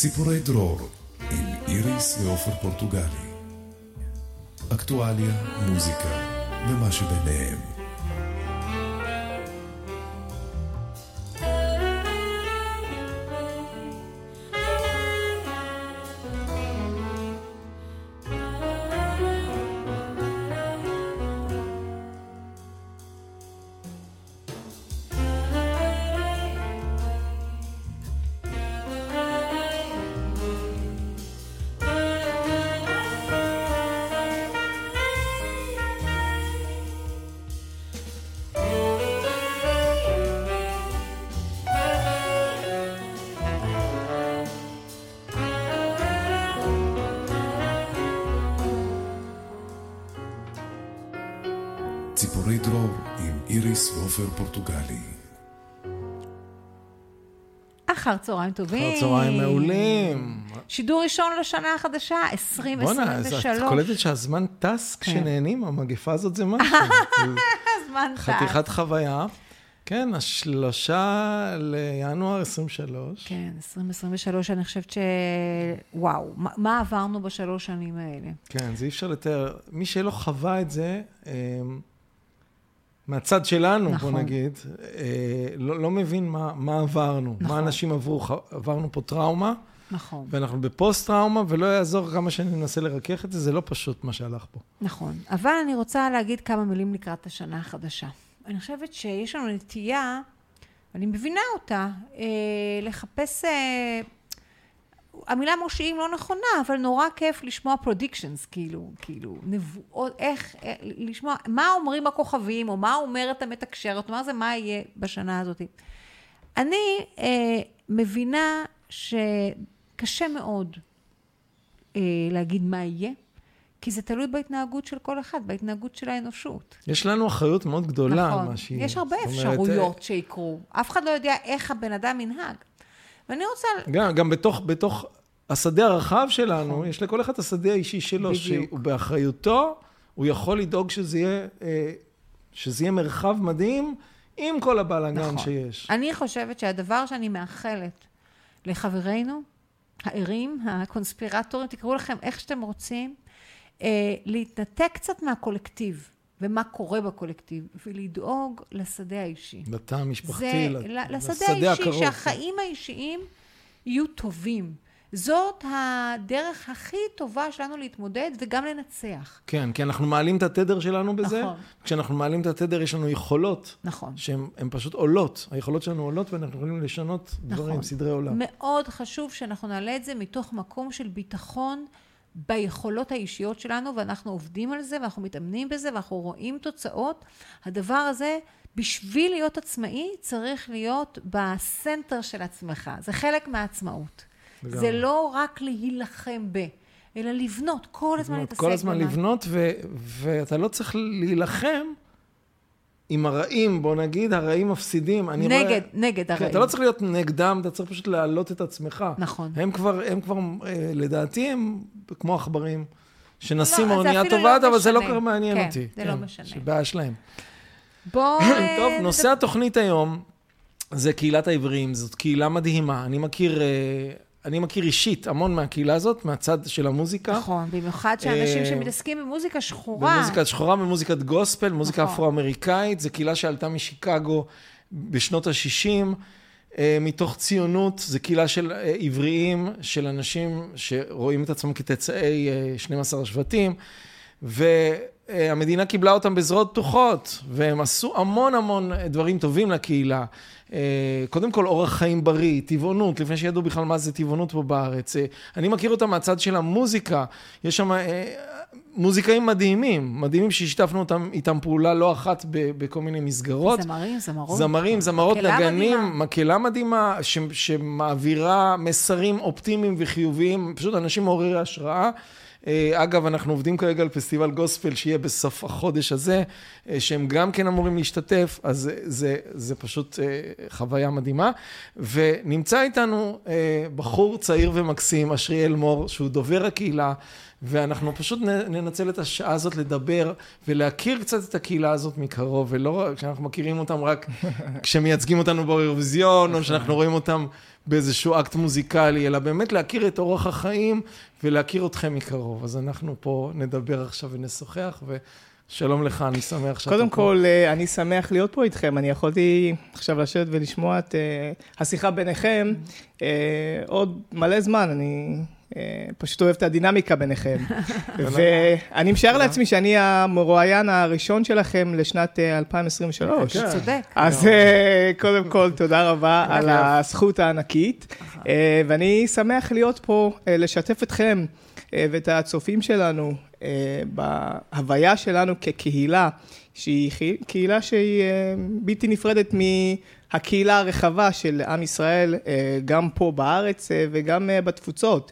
ציפורי דרור עם איריס ואופר פורטוגלי. אקטואליה, מוזיקה ומה שביניהם. ציפורי דרור עם איריס ואופר פורטוגלי. אחר צהריים טובים. אחר צהריים מעולים. שידור ראשון לשנה החדשה, 2023. בונה, את קולטת שהזמן טס כשנהנים, המגפה הזאת זה משהו. הזמן טס. חתיכת חוויה. כן, 3 לינואר 23. כן, 2023, אני חושבת וואו, מה עברנו בשלוש שנים האלה? כן, זה אי אפשר לתאר. מי שלא חווה את זה, מהצד שלנו, נכון. בוא נגיד, לא מבין מה עברנו, נכון. מה אנשים עברנו פה טראומה, נכון. ואנחנו בפוסט טראומה, ולא יעזור כמה שאני מנסה לרכך את זה, זה לא פשוט מה שהלך פה. נכון, אבל אני רוצה להגיד כמה מילים לקראת השנה החדשה. אני חושבת שיש לנו נטייה, אני מבינה אותה, לחפש, המילה מושיעים לא נכונה, אבל נורא כיף לשמוע predictions, כאילו, נבואות, איך, לשמוע, מה אומרים הכוכבים, או מה אומרת המתקשרת, מה יהיה בשנה הזאת. אני מבינה שקשה מאוד להגיד מה יהיה, כי זה תלוי בהתנהגות של כל אחד, בהתנהגות של האנושות. יש לנו אחריות מאוד גדולה. נכון, יש הרבה אפשרויות שיקרו. אף אחד לא יודע איך הבן אדם ינהג. ואני רוצה... גם בתוך השדה הרחב שלנו, יש לכל אחד השדה האישי שלו, שהוא באחריותו, הוא יכול לדאוג שזה יהיה מרחב מדהים, עם כל הבלגן שיש. אני חושבת שהדבר שאני מאחלת לחברינו, הערים, הקונספירטורים, תקראו לכם איך שאתם רוצים, להתנתק קצת מהקולקטיב, ומה קורה בקולקטיב, ולדאוג לשדה האישי. לתא המשפחתי, לשדה האישי, שהחיים האישיים יהיו טובים. זאת הדרך הכי טובה שלנו להתמודד, וגם לנצח. כן, כי אנחנו מעלים את התדר שלנו בזה. נכון. כשאנחנו מעלים את התדר, יש לנו יכולות. נכון. שהן פשוט עולות. היכולות שלנו עולות, ואנחנו יכולים לשנות דברים, נכון. סדרי עולם. מאוד חשוב שאנחנו נעלה את זה מתוך מקום של ביטחון, ביכולות האישיות שלנו, ואנחנו עובדים על זה, ואנחנו מתאמנים בזה, ואנחנו רואים תוצאות. הדבר הזה, בשביל להיות עצמאי, צריך להיות בסנטר של עצמך. זה חלק מהעצמאות. לגמרי. זה לא רק להילחם אלא לבנות, כל הזמן להתעסק. כל הזמן לבנות, ואתה לא צריך להילחם עם הרעים, בוא נגיד, הרעים מפסידים. נגד הרעים. אתה לא צריך להיות נגדם, אתה צריך פשוט להעלות את עצמך. נכון. הם כבר, לדעתי, הם כמו עכברים, שנסים האונייה טובה, אבל זה לא כבר מעניין אותי. זה לא משנה. שבעיה שלהם. טוב, נושא התוכנית היום, זה קהילת העבריים, זאת קהילה מדהימה. אני מכיר אישית המון מהקהילה הזאת, מהצד של המוזיקה. נכון, במיוחד שאנשים שמתעסקים במוזיקה שחורה. במוזיקה שחורה, במוזיקת גוספל, מוזיקה אפרו-אמריקאית. זו קהילה שעלתה משיקגו בשנות ה-60, מתוך ציונות. זו קהילה של עבריים, של אנשים שרואים את עצמם כתצאי 12 השבטים, והמדינה קיבלה אותם בזרועות פתוחות, והם עשו המון דברים טובים לקהילה. קודם כל אורח חיים בריא, טבעונות, לפני שידעו בכלל מה זה טבעונות פה בארץ. אני מכיר אותם מהצד של המוזיקה, יש שם מוזיקאים מדהימים שהשתפנו איתם פעולה לא אחת בכל מיני מסגרות. זמרות, נגנים, מקהלה מדהימה, שמעבירה מסרים אופטימיים וחיוביים, פשוט אנשים מעוררי השראה. אגב, אנחנו עובדים כרגע על פסטיבל גוספל שיהיה בסוף החודש הזה, שהם גם כן אמורים להשתתף, אז זה פשוט חוויה מדהימה. ונמצא איתנו בחור צעיר ומקסים, אשרי אלמור, שהוא דובר הקהילה, ואנחנו פשוט ננצל את השעה הזאת לדבר ולהכיר קצת את הקהילה הזאת מקרוב, ולא רק כשאנחנו מכירים אותם רק כשמייצגים אותנו באירוויזיון, או שאנחנו רואים אותם באיזשהו אקט מוזיקלי, אלא באמת להכיר את אורח החיים ולהכיר אתכם מקרוב. אז אנחנו פה נדבר עכשיו ונשוחח, ושלום לך, אני שמח שאתה פה. קודם כל, אני שמח להיות פה איתכם. אני יכולתי עכשיו לשבת ולשמוע את השיחה ביניכם עוד מלא זמן. אני פשוט אוהב את הדינמיקה ביניכם. ואני משער לעצמי שאני המרואיין הראשון שלכם לשנת 2023. צודק. אז קודם כל, תודה רבה על הזכות הענקית. ואני שמח להיות פה, לשתף אתכם ואת הצופים שלנו בהוויה שלנו כקהילה, שהיא קהילה שהיא בלתי נפרדת מהקהילה הרחבה של עם ישראל, גם פה בארץ וגם בתפוצות.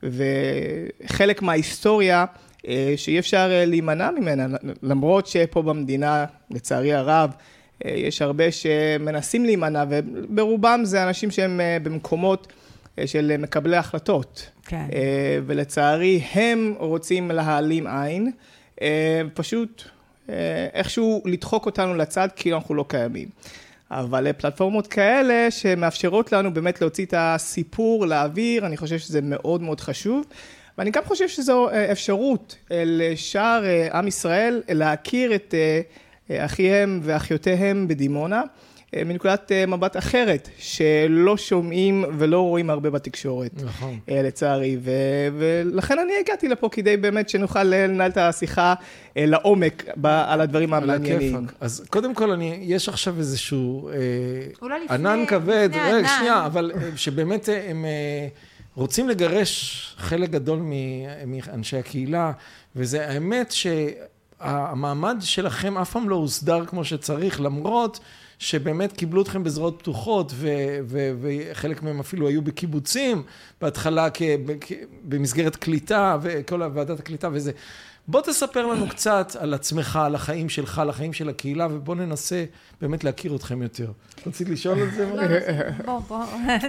וחלק מההיסטוריה שאי אפשר להימנע ממנה, למרות שפה במדינה, לצערי הרב, יש הרבה שמנסים להימנע, וברובם זה אנשים שהם במקומות של מקבלי החלטות. כן. ולצערי הם רוצים להעלים עין, פשוט איכשהו לדחוק אותנו לצד כאילו אנחנו לא קיימים. אבל פלטפורמות כאלה שמאפשרות לנו באמת להוציא את הסיפור לאוויר, אני חושב שזה מאוד מאוד חשוב. ואני גם חושב שזו אפשרות לשאר עם ישראל להכיר את אחיהם ואחיותיהם בדימונה, מנקודת מבט אחרת, שלא שומעים ולא רואים הרבה בתקשורת, נכון. לצערי. ולכן אני הגעתי לפה כדי באמת שנוכל לנהל את השיחה לעומק על הדברים המעניינים. אז קודם כל, יש עכשיו איזשהו ענן לפני כבד, הענן. שנייה, אבל שבאמת הם רוצים לגרש חלק גדול מאנשי הקהילה, וזה האמת שהמעמד שלכם אף פעם לא הוסדר כמו שצריך, למרות שבאמת קיבלו אתכם בזרועות פתוחות, וחלק מהם אפילו היו בקיבוצים, בהתחלה במסגרת קליטה, וכל ועדת הקליטה וזה. בוא תספר לנו קצת על עצמך, על החיים שלך, על החיים של הקהילה, ובוא ננסה באמת להכיר אתכם יותר. רצית לשאול את זה? בוא.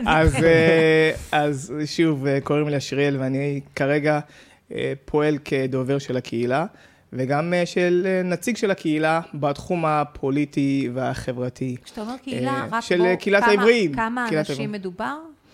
אז שוב, קוראים לי אשריאל, ואני כרגע פועל כדובר של הקהילה, וגם של נציג של הקהילה בתחום הפוליטי והחברתי. כשאתה אומר קהילה, רק של קהילת העבריים. כמה אנשים מדובר?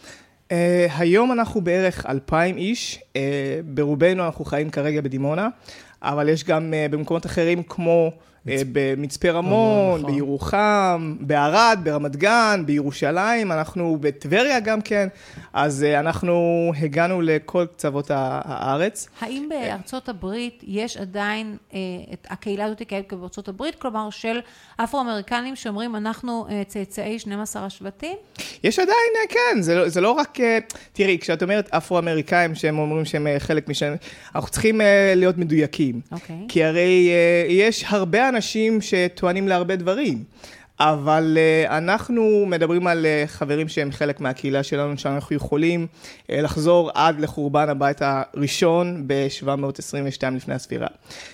היום אנחנו בערך 2,000 איש, ברובנו אנחנו חיים כרגע בדימונה, אבל יש גם במקומות אחרים כמו במצפה רמון, בירוחם, בערד, ברמת גן, בירושלים, אנחנו בטבריה גם כן, אז אנחנו הגענו לכל קצוות הארץ. האם בארצות הברית יש עדיין את הקהילה הזאת קיימת בארצות הברית, כלומר של אפרו-אמריקנים שאומרים אנחנו צאצאי 12 השבטים? יש עדיין, כן, זה לא רק, תראי, כשאת אומרת אפרו-אמריקאים שהם אומרים שהם חלק משם, אנחנו צריכים להיות מדויקים. כי הרי יש הרבה אנשים שטוענים להרבה דברים, אבל אנחנו מדברים על חברים שהם חלק מהקהילה שלנו, שאנחנו יכולים לחזור עד לחורבן הבית הראשון ב-722 לפני הספירה,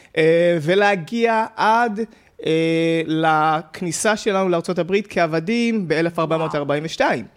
ולהגיע עד לכניסה שלנו לארצות הברית כעבדים ב-1442,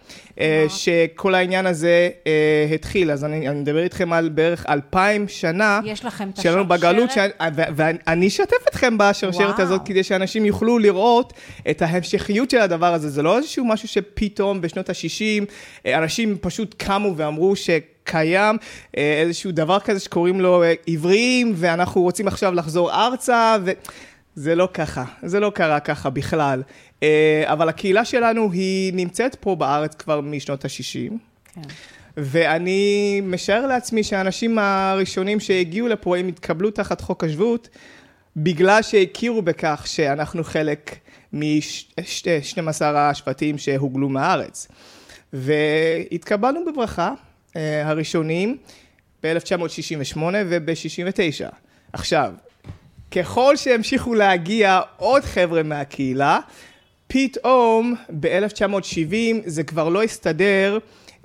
שכל העניין הזה התחיל. אז אני מדבר איתכם על בערך 2,000 שנה שלנו בגלות, ואני אשתף אתכם בשרשרת הזאת כדי שאנשים יוכלו לראות את ההמשכיות של הדבר הזה. זה לא איזשהו משהו שפתאום בשנות ה-60 אנשים פשוט קמו ואמרו קיים איזשהו דבר כזה שקוראים לו עבריים, ואנחנו רוצים עכשיו לחזור ארצה, זה לא ככה, זה לא קרה ככה בכלל. אבל הקהילה שלנו היא נמצאת פה בארץ כבר משנות ה-60. כן. ואני משער לעצמי שהאנשים הראשונים שהגיעו לפה, הם התקבלו תחת חוק השבות, בגלל שהכירו בכך שאנחנו חלק מ-12 השבטים שהוגלו מהארץ. והתקבלנו בברכה, הראשונים, ב-1968 וב-69. עכשיו, ככל שהמשיכו להגיע עוד חבר'ה מהקהילה, פתאום ב-1970 זה כבר לא הסתדר,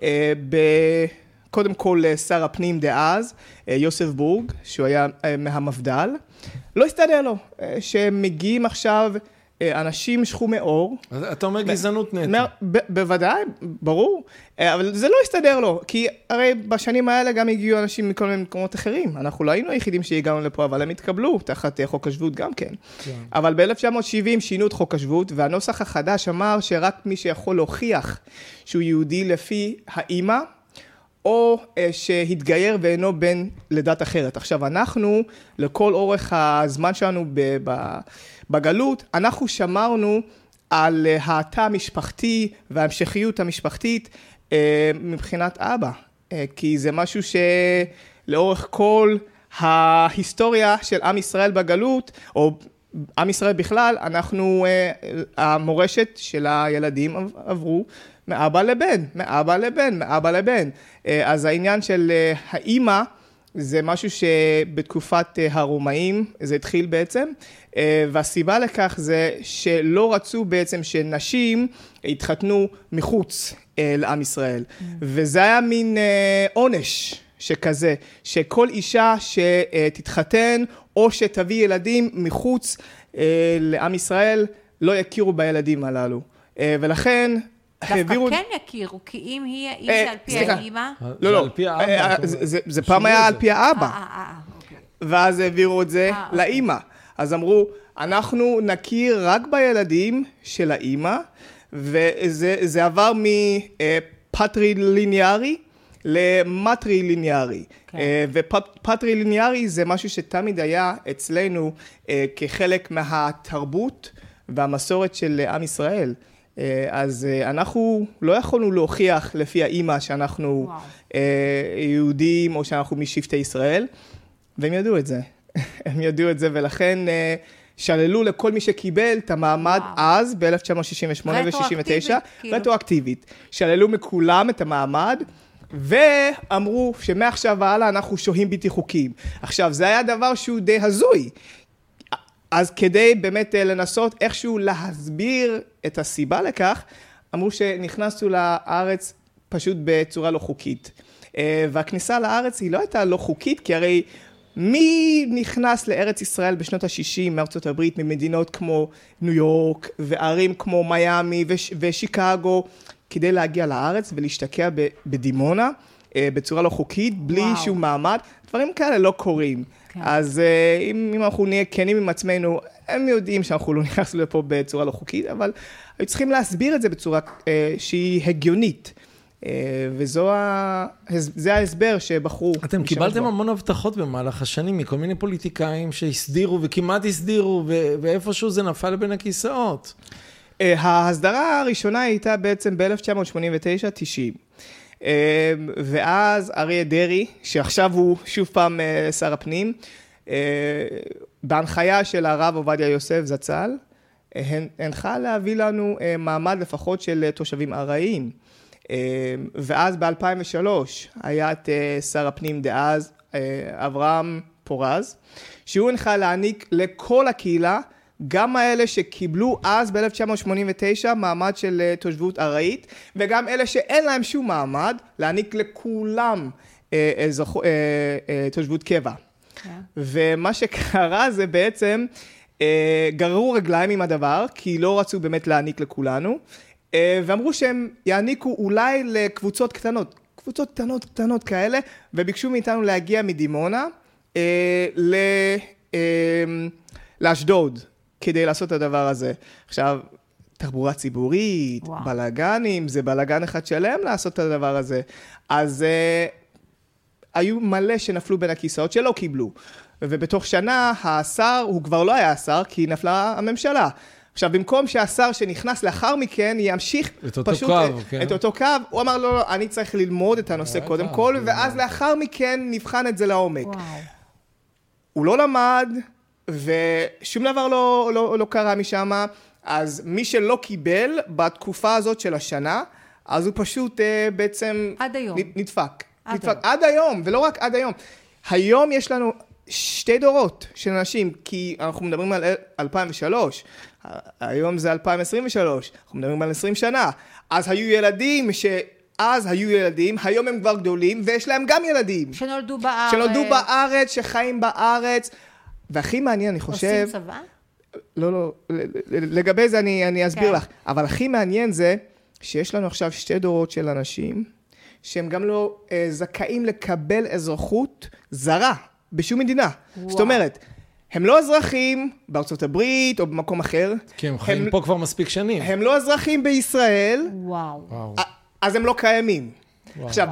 קודם כל שר הפנים דאז, יוסף בורג, שהוא היה מהמפד"ל, לא הסתדר לו, שמגיעים עכשיו אנשים שחומי עור. אתה אומר גזענות נטו. בוודאי, ברור, אבל זה לא הסתדר לו, כי הרי בשנים האלה גם הגיעו אנשים מכל מיני מקומות אחרים. אנחנו לא היינו היחידים שהגענו לפה, אבל הם התקבלו תחת חוק השבות גם כן. אבל ב-1970 שינו את חוק השבות, והנוסח החדש אמר שרק מי שיכול להוכיח שהוא יהודי לפי האמא, או שהתגייר ואינו בן לדת אחרת. עכשיו, אנחנו, לכל אורך הזמן שלנו בגלות, אנחנו שמרנו על התא המשפחתי וההמשכיות המשפחתית מבחינת אבא. כי זה משהו שלאורך כל ההיסטוריה של עם ישראל בגלות, או עם ישראל בכלל, אנחנו, המורשת של הילדים עברו מאבא לבן, מאבא לבן, מאבא לבן. אז העניין של האמא, זה משהו שבתקופת הרומאים זה התחיל בעצם, והסיבה לכך זה שלא רצו בעצם שנשים התחתנו מחוץ לעם ישראל. וזה היה מין עונש שכזה, שכל אישה שתתחתן או שתביא ילדים מחוץ לעם ישראל, לא יכירו בילדים הללו. ולכן דווקא כן יכירו, כי אם זה על פי האמא... לא, לא, זה פעם היה על פי האבא. ואז העבירו את זה לאמא. אז אמרו, אנחנו נכיר רק בילדים של האמא, וזה עבר מפטריליניארי למטריליניארי. ופטריליניארי זה משהו שתמיד היה אצלנו כחלק מהתרבות והמסורת של עם ישראל. אז אנחנו לא יכולנו להוכיח לפי האמא שאנחנו יהודים או שאנחנו משבטי ישראל, והם ידעו את זה. הם ידעו את זה, ולכן שללו לכל מי שקיבל את המעמד אז, ב-1968 ו-69, רטרואקטיבית. שללו מכולם את המעמד, ואמרו שמעכשיו והלאה אנחנו שוהים בלתי חוקיים. עכשיו, זה היה דבר שהוא די הזוי. אז כדי באמת לנסות איכשהו להסביר את הסיבה לכך, אמרו שנכנסו לארץ פשוט בצורה לא חוקית. והכניסה לארץ היא לא הייתה לא חוקית, כי הרי מי נכנס לארץ ישראל בשנות ה-60 מארצות הברית, ממדינות כמו ניו יורק, וערים כמו מיאמי ושיקגו, כדי להגיע לארץ ולהשתקע בדימונה, בצורה לא חוקית, בלי שום מעמד, דברים כאלה לא קורים. אז אם אנחנו נהיה כנים עם עצמנו, הם יודעים שאנחנו לא נכנסנו לפה בצורה לא חוקית, אבל היו צריכים להסביר את זה בצורה שהיא הגיונית. וזה ההסבר שבחרו. אתם קיבלתם המון הבטחות במהלך השנים מכל מיני פוליטיקאים שהסדירו וכמעט הסדירו, ואיפשהו זה נפל בין הכיסאות. ההסדרה הראשונה הייתה בעצם ב-1989-90. ואז אריה דרעי, שעכשיו הוא שוב פעם שר הפנים, בהנחיה של הרב עובדיה יוסף זצ"ל, הנחה להביא לנו מעמד לפחות של תושבים ארעיים. ואז ב-2003 היה את שר הפנים דאז, אברהם פורז, שהוא הנחה להעניק לכל הקהילה, גם האלה שקיבלו אז ב-1989 מעמד של תושבות ארעית, וגם אלה שאין להם שום מעמד, להעניק לכולם תושבות קבע. ומה שקרה זה בעצם, גררו רגליים עם הדבר, כי לא רצו באמת להעניק לכולנו, ואמרו שהם יעניקו אולי לקבוצות קטנות, קבוצות קטנות כאלה, וביקשו מאיתנו להגיע מדימונה לאשדוד, כדי לעשות את הדבר הזה. עכשיו, תחבורה ציבורית, בלגנים, זה בלגן אחד שלם לעשות את הדבר הזה. אז היו מלא שנפלו בין הכיסאות שלא קיבלו. ובתוך שנה, השר, הוא כבר לא היה השר, כי נפלה הממשלה. עכשיו, במקום שהשר שנכנס לאחר מכן ימשיך את אותו קו, הוא אמר, לא, אני צריך ללמוד את הנושא קודם כל, ואז לאחר מכן נבחן את זה לעומק. הוא לא למד, ושום דבר לא קרה משם, אז מי שלא קיבל בתקופה הזאת של השנה, אז הוא פשוט בעצם נדפק. עד היום, ולא רק עד היום. היום יש לנו 2 דורות של אנשים, כי אנחנו מדברים על 2003, היום זה 2023, אנחנו מדברים על 20 שנה. אז היו ילדים אז היו ילדים, היום הם כבר גדולים, ויש להם גם ילדים. שנולדו בארץ. שנולדו בארץ, שחיים בארץ. והכי מעניין, אני חושב... עושים צבא? לא, לגבי זה אני אסביר לך. אבל הכי מעניין זה שיש לנו עכשיו 2 דורות של אנשים, שהם גם לא זכאים לקבל אזרחות זרה בשום מדינה. זאת אומרת, הם לא אזרחים בארצות הברית או במקום אחר. כי הם חיים פה כבר מספיק שנים. הם לא אזרחים בישראל. וואו. אז הם לא קיימים. עכשיו,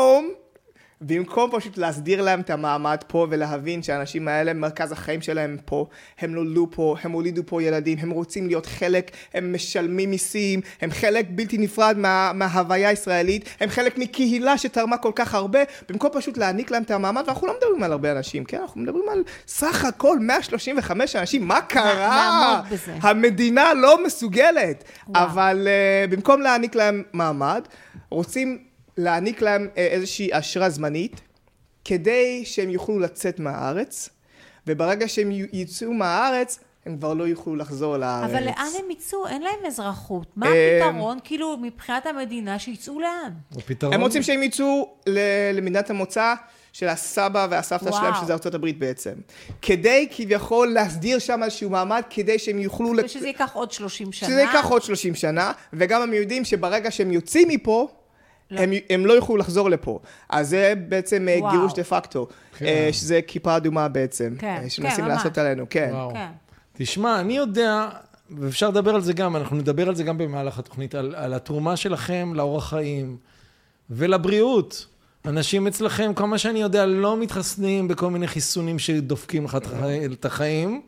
במקום פשוט להסדיר להם את המעמד פה ולהבין שהאנשים האלה, מרכז החיים שלהם פה, הם נולדו פה, הם הולידו פה ילדים, הם רוצים להיות חלק, הם משלמים מיסים, הם חלק בלתי נפרד מההוויה הישראלית, הם חלק מקהילה שתרמה כל כך הרבה, במקום פשוט להעניק להם את המעמד, ואנחנו לא מדברים על הרבה אנשים, כן? אנחנו מדברים על סך הכל 135 אנשים, מה קרה? המדינה לא מסוגלת, אבל במקום להעניק להם מעמד, רוצים להעניק להם איזושהי אשרה זמנית, כדי שהם יוכלו לצאת מהארץ, וברגע שהם יצאו מהארץ, הם כבר לא יוכלו לחזור לארץ. אבל לאן הם יצאו? אין להם אזרחות. מה הפתרון? כאילו, מבחינת המדינה, שיצאו לאן? הם רוצים שהם יצאו למדינת המוצא של הסבא והסבתא שלהם, שזה ארצות הברית בעצם. כדי כביכול להסדיר שם איזשהו מעמד, כדי שהם יוכלו... ושזה ייקח עוד 30 שנה. שזה ייקח עוד 30 שנה, וגם הם יודעים שברגע שהם יוצאים מפה, הם לא יוכלו לחזור לפה. אז זה בעצם גירוש דה פקטו, שזה כיפה אדומה בעצם, שמנסים לעשות עלינו. כן. תשמע, אני יודע, ואפשר לדבר על זה גם, אנחנו נדבר על זה גם במהלך התוכנית, על התרומה שלכם לאורח חיים ולבריאות. אנשים אצלכם, כמה שאני יודע, לא מתחסנים בכל מיני חיסונים שדופקים לך את החיים,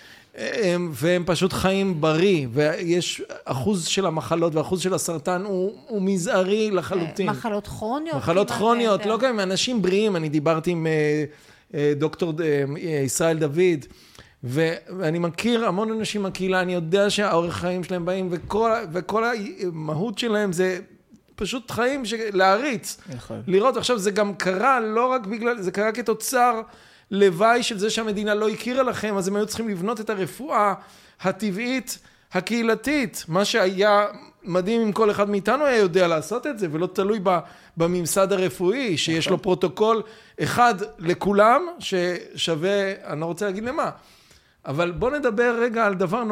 והם פשוט חיים בריא, ויש אחוז של המחלות ואחוז של הסרטן הוא מזערי לחלוטין. מחלות כרוניות. מחלות כרוניות, לא גם אנשים בריאים. אני דיברתי עם דוקטור ישראל דוד, ואני מכיר המון אנשים מהקהילה, אני יודע שהאורח חיים שלהם באים, וכל המהות שלהם זה פשוט חיים להריץ. לראות, עכשיו זה גם קרה, לא רק בגלל, זה קרה כתוצר לוואי של זה שהמדינה לא הכירה לכם, אז הם היו צריכים לבנות את הרפואה הטבעית, הקהילתית. מה שהיה מדהים אם כל אחד מאיתנו היה יודע לעשות את זה, ולא תלוי בממסד הרפואי, שיש לו פרוטוקול אחד לכולם, ששווה, אני לא רוצה להגיד למה. אבל בוא נדבר רגע על דבר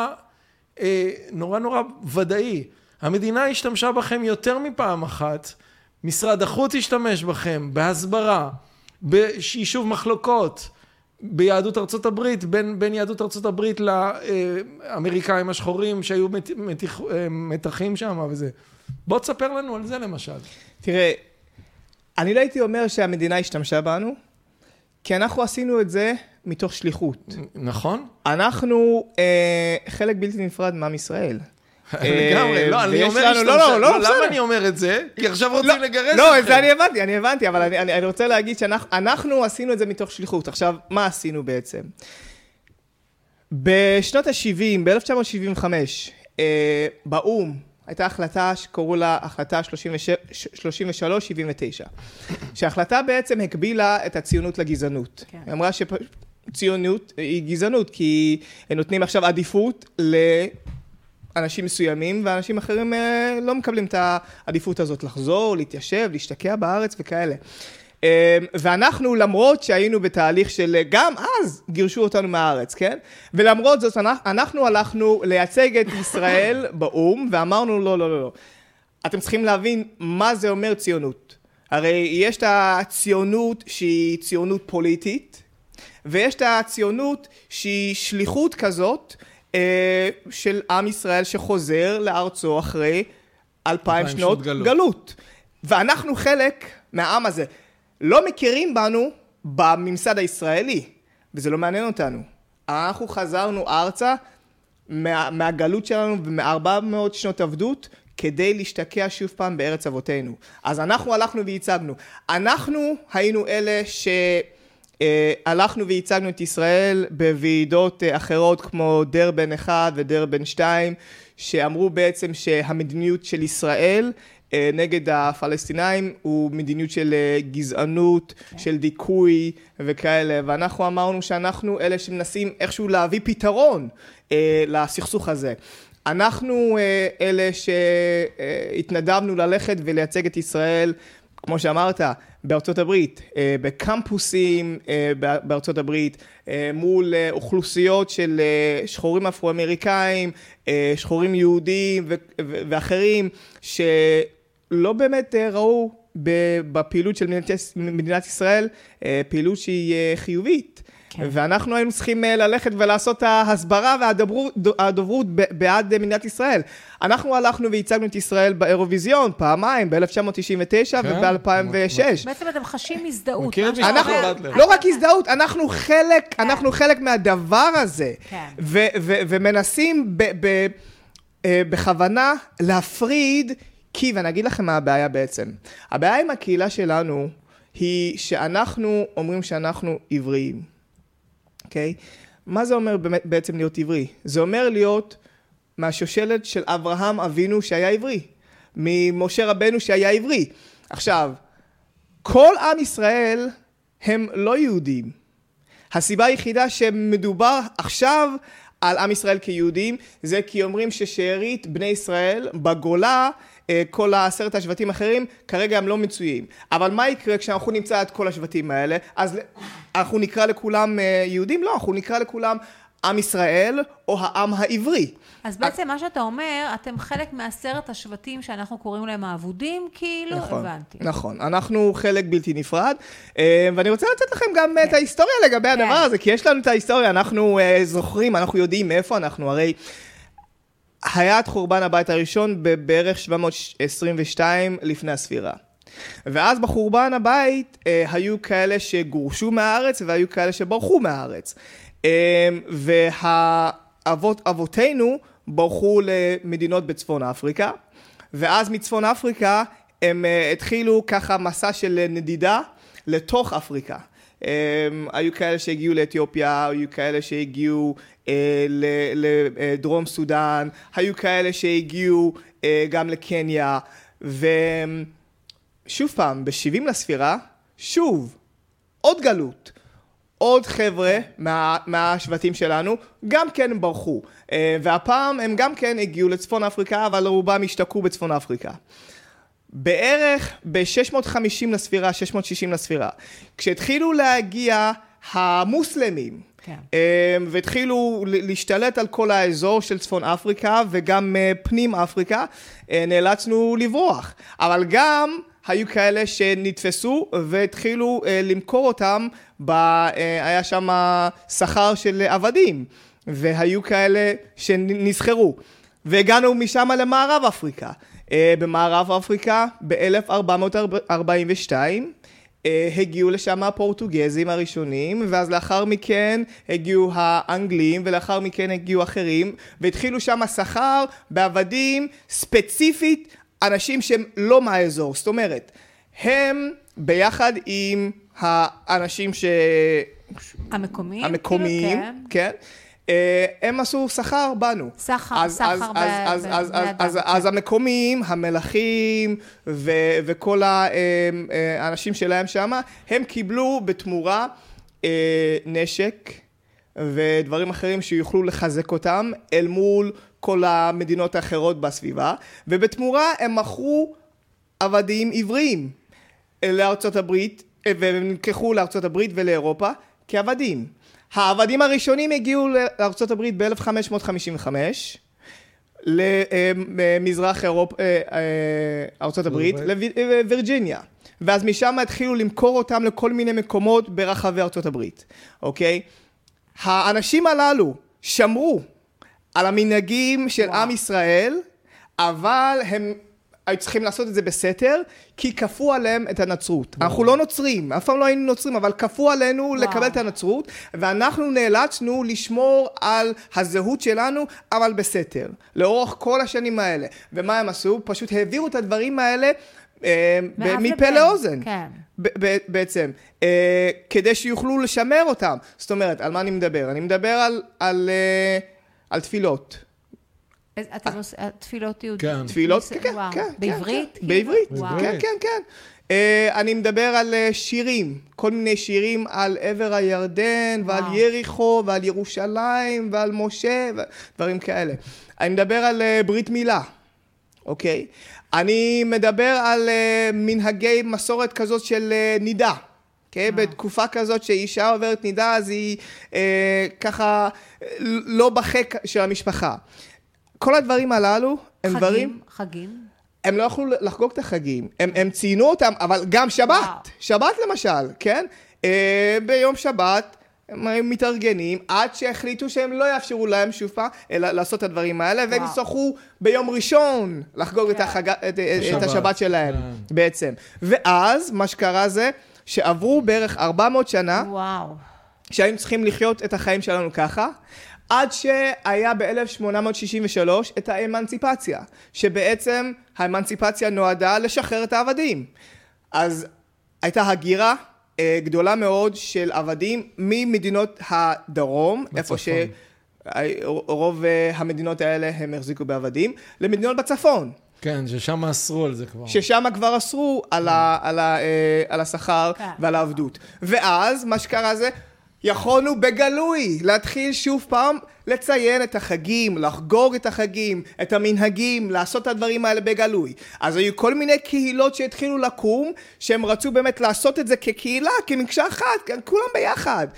נורא ודאי. המדינה השתמשה בכם יותר מפעם אחת, משרד החוץ השתמש בכם, בהסברה, ביישוב מחלוקות, ביהדות ארצות הברית, בין יהדות ארצות הברית לאמריקאים השחורים שהיו מתחים שם וזה. בוא תספר לנו על זה למשל. תראה, אני לא הייתי אומר שהמדינה השתמשה בנו, כי אנחנו עשינו את זה מתוך שליחות. נכון. אנחנו חלק בלתי נפרד מעם ישראל. לגמרי, לא, אני אומר השתמשה, למה אני אומר את זה? כי עכשיו רוצים לגרש אתכם. לא, את זה אני הבנתי, אבל אני רוצה להגיד שאנחנו עשינו את זה מתוך שליחות. עכשיו, מה עשינו בעצם? בשנות ה-70, ב-1975, באום, הייתה החלטה שקראו לה החלטה 3379, שההחלטה בעצם הקבילה את הציונות לגזענות. היא אמרה שציונות היא גזענות, כי הם נותנים עכשיו עדיפות אנשים מסוימים, ואנשים אחרים לא מקבלים את העדיפות הזאת לחזור, להתיישב, להשתקע בארץ וכאלה. ואנחנו, למרות שהיינו בתהליך של, גם אז גירשו אותנו מהארץ, כן? ולמרות זאת, אנחנו הלכנו לייצג את ישראל באום, ואמרנו, לא. אתם צריכים להבין מה זה אומר ציונות. הרי יש את הציונות שהיא ציונות פוליטית, ויש את הציונות שהיא שליחות כזאת, של עם ישראל שחוזר לארצו אחרי 2000 שנות גלות. ואנחנו חלק מהעם הזה. לא מכירים בנו בממסד הישראלי, וזה לא מעניין אותנו. אנחנו חזרנו ארצה מהגלות שלנו ומ400 שנות עבדות, כדי להשתקע שוב פעם בארץ אבותינו. אז אנחנו הלכנו וייצגנו. אנחנו היינו אלה הלכנו וייצגנו את ישראל בוועידות אחרות כמו דרבן 1 ודרבן 2, שאמרו בעצם שהמדיניות של ישראל נגד הפלסטינאים הוא מדיניות של גזענות, של דיכוי וכאלה, ואנחנו אמרנו שאנחנו אלה שמנסים איכשהו להביא פתרון לסכסוך הזה. אנחנו אלה שהתנדבנו ללכת ולייצג את ישראל כמו שאמרת, בארצות הברית, בקמפוסים בארצות הברית, מול אוכלוסיות של שחורים אפרו-אמריקאים, שחורים יהודים ואחרים, שלא באמת ראו בפעילות של מדינת ישראל, פעילות שהיא חיובית. ואנחנו היינו צריכים ללכת ולעשות ההסברה והדוברות בעד מדינת ישראל. אנחנו הלכנו והצגנו את ישראל באירוויזיון פעמיים, ב-1999 וב-2006. בעצם אתם חשים הזדהות. לא רק הזדהות, אנחנו חלק מהדבר הזה. ומנסים בכוונה להפריד, כי, ואני אגיד לכם מה הבעיה בעצם. הבעיה עם הקהילה שלנו היא שאנחנו אומרים שאנחנו עבריים. אוקיי? מה זה אומר בעצם להיות עברי? זה אומר להיות מהשושלת של אברהם אבינו שהיה עברי, ממשה רבנו שהיה עברי. עכשיו, כל עם ישראל הם לא יהודים. הסיבה היחידה שמדובר עכשיו על עם ישראל כיהודים, זה כי אומרים ששארית בני ישראל בגולה, כל 10 השבטים האחרים, כרגע הם לא מצויים. אבל מה יקרה כשאנחנו נמצא את כל השבטים האלה? אז אנחנו נקרא לכולם יהודים? לא, אנחנו נקרא לכולם עם ישראל או העם העברי. אז בעצם מה שאתה אומר, אתם חלק מ10 השבטים שאנחנו קוראים להם האבודים, כאילו, הבנתי. נכון, אנחנו חלק בלתי נפרד, ואני רוצה לתת לכם גם את ההיסטוריה לגבי הדבר הזה, כי יש לנו את ההיסטוריה, אנחנו זוכרים, אנחנו יודעים מאיפה אנחנו, הרי היה את חורבן הבית הראשון בערך 722 לפני הספירה. ואז בחורבן הבית היו כאלה שגורשו מהארץ והיו כאלה שברחו מהארץ. אבותינו ברחו למדינות בצפון אפריקה, ואז מצפון אפריקה הם התחילו ככה מסע של נדידה לתוך אפריקה. היו כאלה שהגיעו לאתיופיה, היו כאלה שהגיעו לדרום סודן, היו כאלה שהגיעו גם לקניה, ושוב פעם, ב-70 לספירה, שוב, עוד גלות. עוד חבר'ה מהשבטים שלנו גם כן ברחו, והפעם הם גם כן הגיעו לצפון אפריקה, אבל רובם השתקעו בצפון אפריקה. בערך ב-650 לספירה, 660 לספירה, כשהתחילו להגיע המוסלמים, והתחילו להשתלט על כל האזור של צפון אפריקה וגם פנים אפריקה, נאלצנו לברוח. אבל גם היו כאלה שנתפסו והתחילו למכור אותם, היה שם שכר של עבדים, והיו כאלה שנסחרו. והגענו משם למערב אפריקה. במערב אפריקה ב-1442 הגיעו לשם הפורטוגזים הראשונים, ואז לאחר מכן הגיעו האנגלים, ולאחר מכן הגיעו אחרים, והתחילו שם שכר בעבדים ספציפית, אנשים שהם לא מהאזור. זאת אומרת, הם ביחד עם האנשים המקומיים, כן? הם עשו שכר בנו. אז המקומיים, המלכים וכל האנשים שלהם שם, הם קיבלו בתמורה נשק ודברים אחרים שיוכלו לחזק אותם אל מול כל המדינות האחרות בסביבה, ובתמורה הם מכרו עבדים עבריים לארצות הברית, והם נלקחו לארצות הברית ולאירופה כעבדים. העבדים הראשונים הגיעו לארצות הברית ב-1555, למזרח ארצות הברית, לווירג'יניה. ואז משם התחילו למכור אותם לכל מיני מקומות ברחבי ארצות הברית. אוקיי? האנשים הללו שמרו על המנהגים של עם ישראל, אבל הם היו צריכים לעשות את זה בסתר, כי כפו עליהם את הנצרות. אנחנו לא נוצרים, אף פעם לא היינו נוצרים, אבל כפו עלינו לקבל את הנצרות, ואנחנו נאלצנו לשמור על הזהות שלנו, אבל בסתר, לאורך כל השנים האלה. ומה הם עשו? פשוט העבירו את הדברים האלה מפה לאוזן. בעצם, כדי שיוכלו לשמר אותם. זאת אומרת, על מה אני מדבר? אני מדבר על תפילות. תפילות יהודיות. תפילות, כן. בעברית? בעברית, כן. אני מדבר על שירים, כל מיני שירים על עבר הירדן, ועל יריחו, ועל ירושלים, ועל משה, ודברים כאלה. אני מדבר על ברית מילה, אוקיי? אני מדבר על מנהגי מסורת כזאת של נידה. Okay, בתקופה כזאת שאישה עוברת נידה, אז היא ככה לא בחק של המשפחה. כל הדברים הללו הם דברים... חגים. הם לא יכלו לחגוג את החגים. הם ציינו אותם, אבל גם שבת. וואו. שבת למשל, כן? ביום שבת הם מתארגנים עד שהחליטו שהם לא יאפשרו להם שוב פעם לעשות את הדברים האלה, והם יצטרכו ביום ראשון לחגוג את השבת שלהם בעצם. ואז מה שקרה זה שעברו בערך 400 שנה, שהיינו צריכים לחיות את החיים שלנו ככה, עד שהיה ב-1863 את האמנציפציה, שבעצם האמנציפציה נועדה לשחרר את העבדים. אז הייתה הגירה גדולה מאוד של עבדים ממדינות הדרום, איפה שרוב המדינות האלה הם החזיקו בעבדים, למדינות בצפון. כן, ששם אסרו על זה כבר. ששם כבר אסרו על השכר ועל העבדות. ואז מה שקרה זה, יכולנו בגלוי להתחיל שוב פעם לציין את החגים, לחגוג את החגים, את המנהגים, לעשות את הדברים האלה בגלוי. אז היו כל מיני קהילות שהתחילו לקום, שהם רצו באמת לעשות את זה כקהילה, כמקשה אחת, כולם ביחד.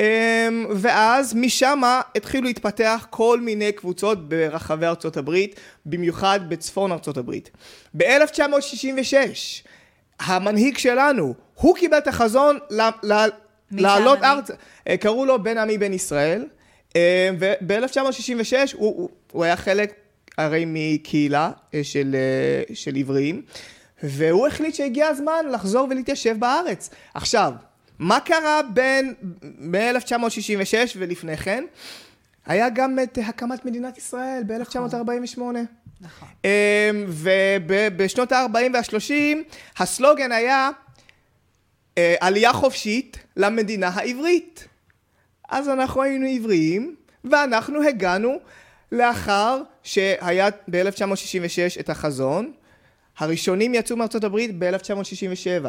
ואז משם התחילו להתפתח כל מיני קבוצות ברחבי ארצות הברית, במיוחד בצפון ארצות הברית. ב-1966, המנהיג שלנו, הוא קיבל את החזון לעלות ארצה, קראו לו בן עמי בן ישראל, וב-1966 הוא היה חלק הרי מקהילה של עבריים, והוא החליט שהגיע הזמן לחזור ולהתיישב בארץ. עכשיו, מה קרה בין 1966 ולפני כן? היה גם את הקמת מדינת ישראל ב-1948. נכון. ובשנות ה-40 וה-30 הסלוגן היה עלייה חופשית למדינה העברית. אז אנחנו היינו עבריים, ואנחנו הגענו לאחר שהיה ב-1966 את החזון. הראשונים יצאו מארצות הברית ב-1967.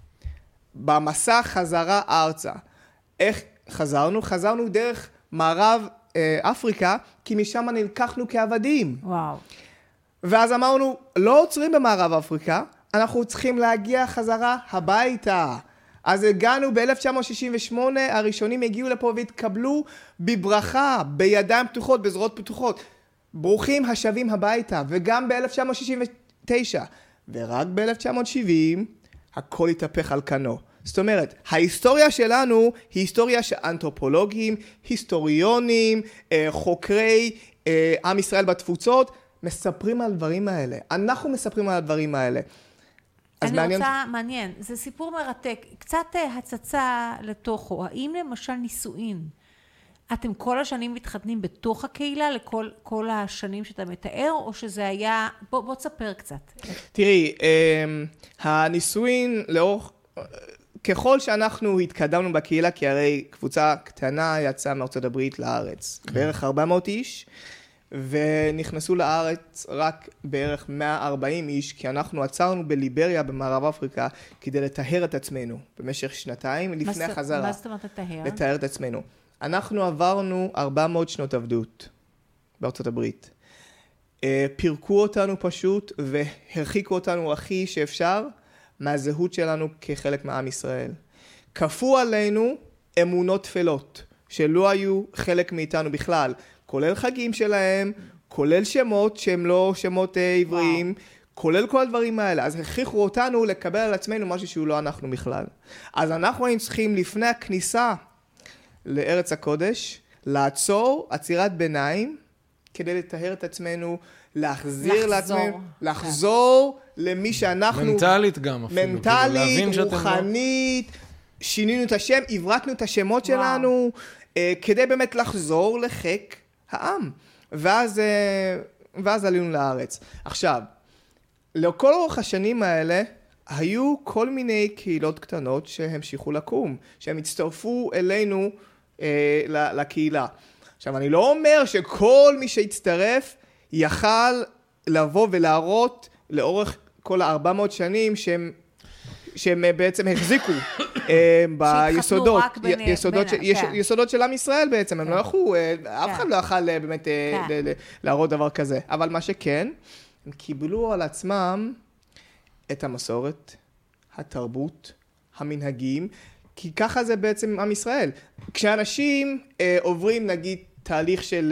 במסע חזרה ארצה. איך חזרנו? חזרנו דרך מערב אפריקה, כי משם נלקחנו כעבדים. וואו. ואז אמרנו, לא עוצרים במערב אפריקה, אנחנו צריכים להגיע חזרה הביתה. אז הגענו ב-1968, הראשונים הגיעו לפה והתקבלו בברכה, בידיים פתוחות, בזרועות פתוחות. ברוכים השבים הביתה, וגם ב-1969. ורק ב-1970, הכל התהפך על כנו. זאת אומרת, ההיסטוריה שלנו היא היסטוריה של אנתרופולוגים, היסטוריונים, חוקרי עם ישראל בתפוצות, מספרים על הדברים האלה. אנחנו מספרים על הדברים האלה. אני רוצה, מעניין, זה סיפור מרתק, קצת הצצה לתוכו. האם למשל נישואין, אתם כל השנים מתחתנים בתוך הקהילה לכל השנים שאתה מתאר, או שזה היה, בוא תספר קצת. תראי, הנישואין לאורך, ככל שאנחנו התקדמנו בקהילה, כי הרי קבוצה קטנה יצאה מארצות הברית לארץ, בערך 400 איש, ונכנסו לארץ רק בערך 140 איש, כי אנחנו עצרנו בליבריה במערב אפריקה כדי לטהר את עצמנו במשך שנתיים לפני החזרה. מה זאת אומרת לטהר? לטהר את עצמנו. אנחנו עברנו 400 שנות עבדות בארצות הברית. פירקו אותנו פשוט והרחיקו אותנו הכי שאפשר מהזהות שלנו כחלק מעם ישראל. כפו עלינו אמונות תפלות שלא היו חלק מאיתנו בכלל. כולל חגים שלהם, כולל שמות שהם לא שמות עבריים, כולל כל הדברים האלה. אז הכריחו אותנו לקבל על עצמנו משהו שהוא לא אנחנו בכלל. אז אנחנו היינו צריכים לפני הכניסה לארץ הקודש, לעצור עצירת ביניים, כדי לטהר את עצמנו, להחזיר לעצמנו, לחזור למי שאנחנו... מנטלית גם אפילו. מנטלית, רוחנית, שינינו את השם, עברתנו את השמות שלנו, כדי באמת לחזור לחק העם. ואז עלינו לארץ. עכשיו, לכל אורך השנים האלה, היו כל מיני קהילות קטנות שהמשיכו לקום, שהם הצטרפו אלינו לקהילה. עכשיו, אני לא אומר שכל מי שהצטרף יכל לבוא ולהראות לאורך כל 400 שנים שהם בעצם החזיקו ביסודות של עם ישראל בעצם, הם לא יכלו, אף אחד לא יכל באמת להראות דבר כזה. אבל מה שכן, הם קיבלו על עצמם את המסורת, התרבות, המנהגים, כי ככה זה בעצם עם ישראל. כשאנשים עוברים נגיד תהליך של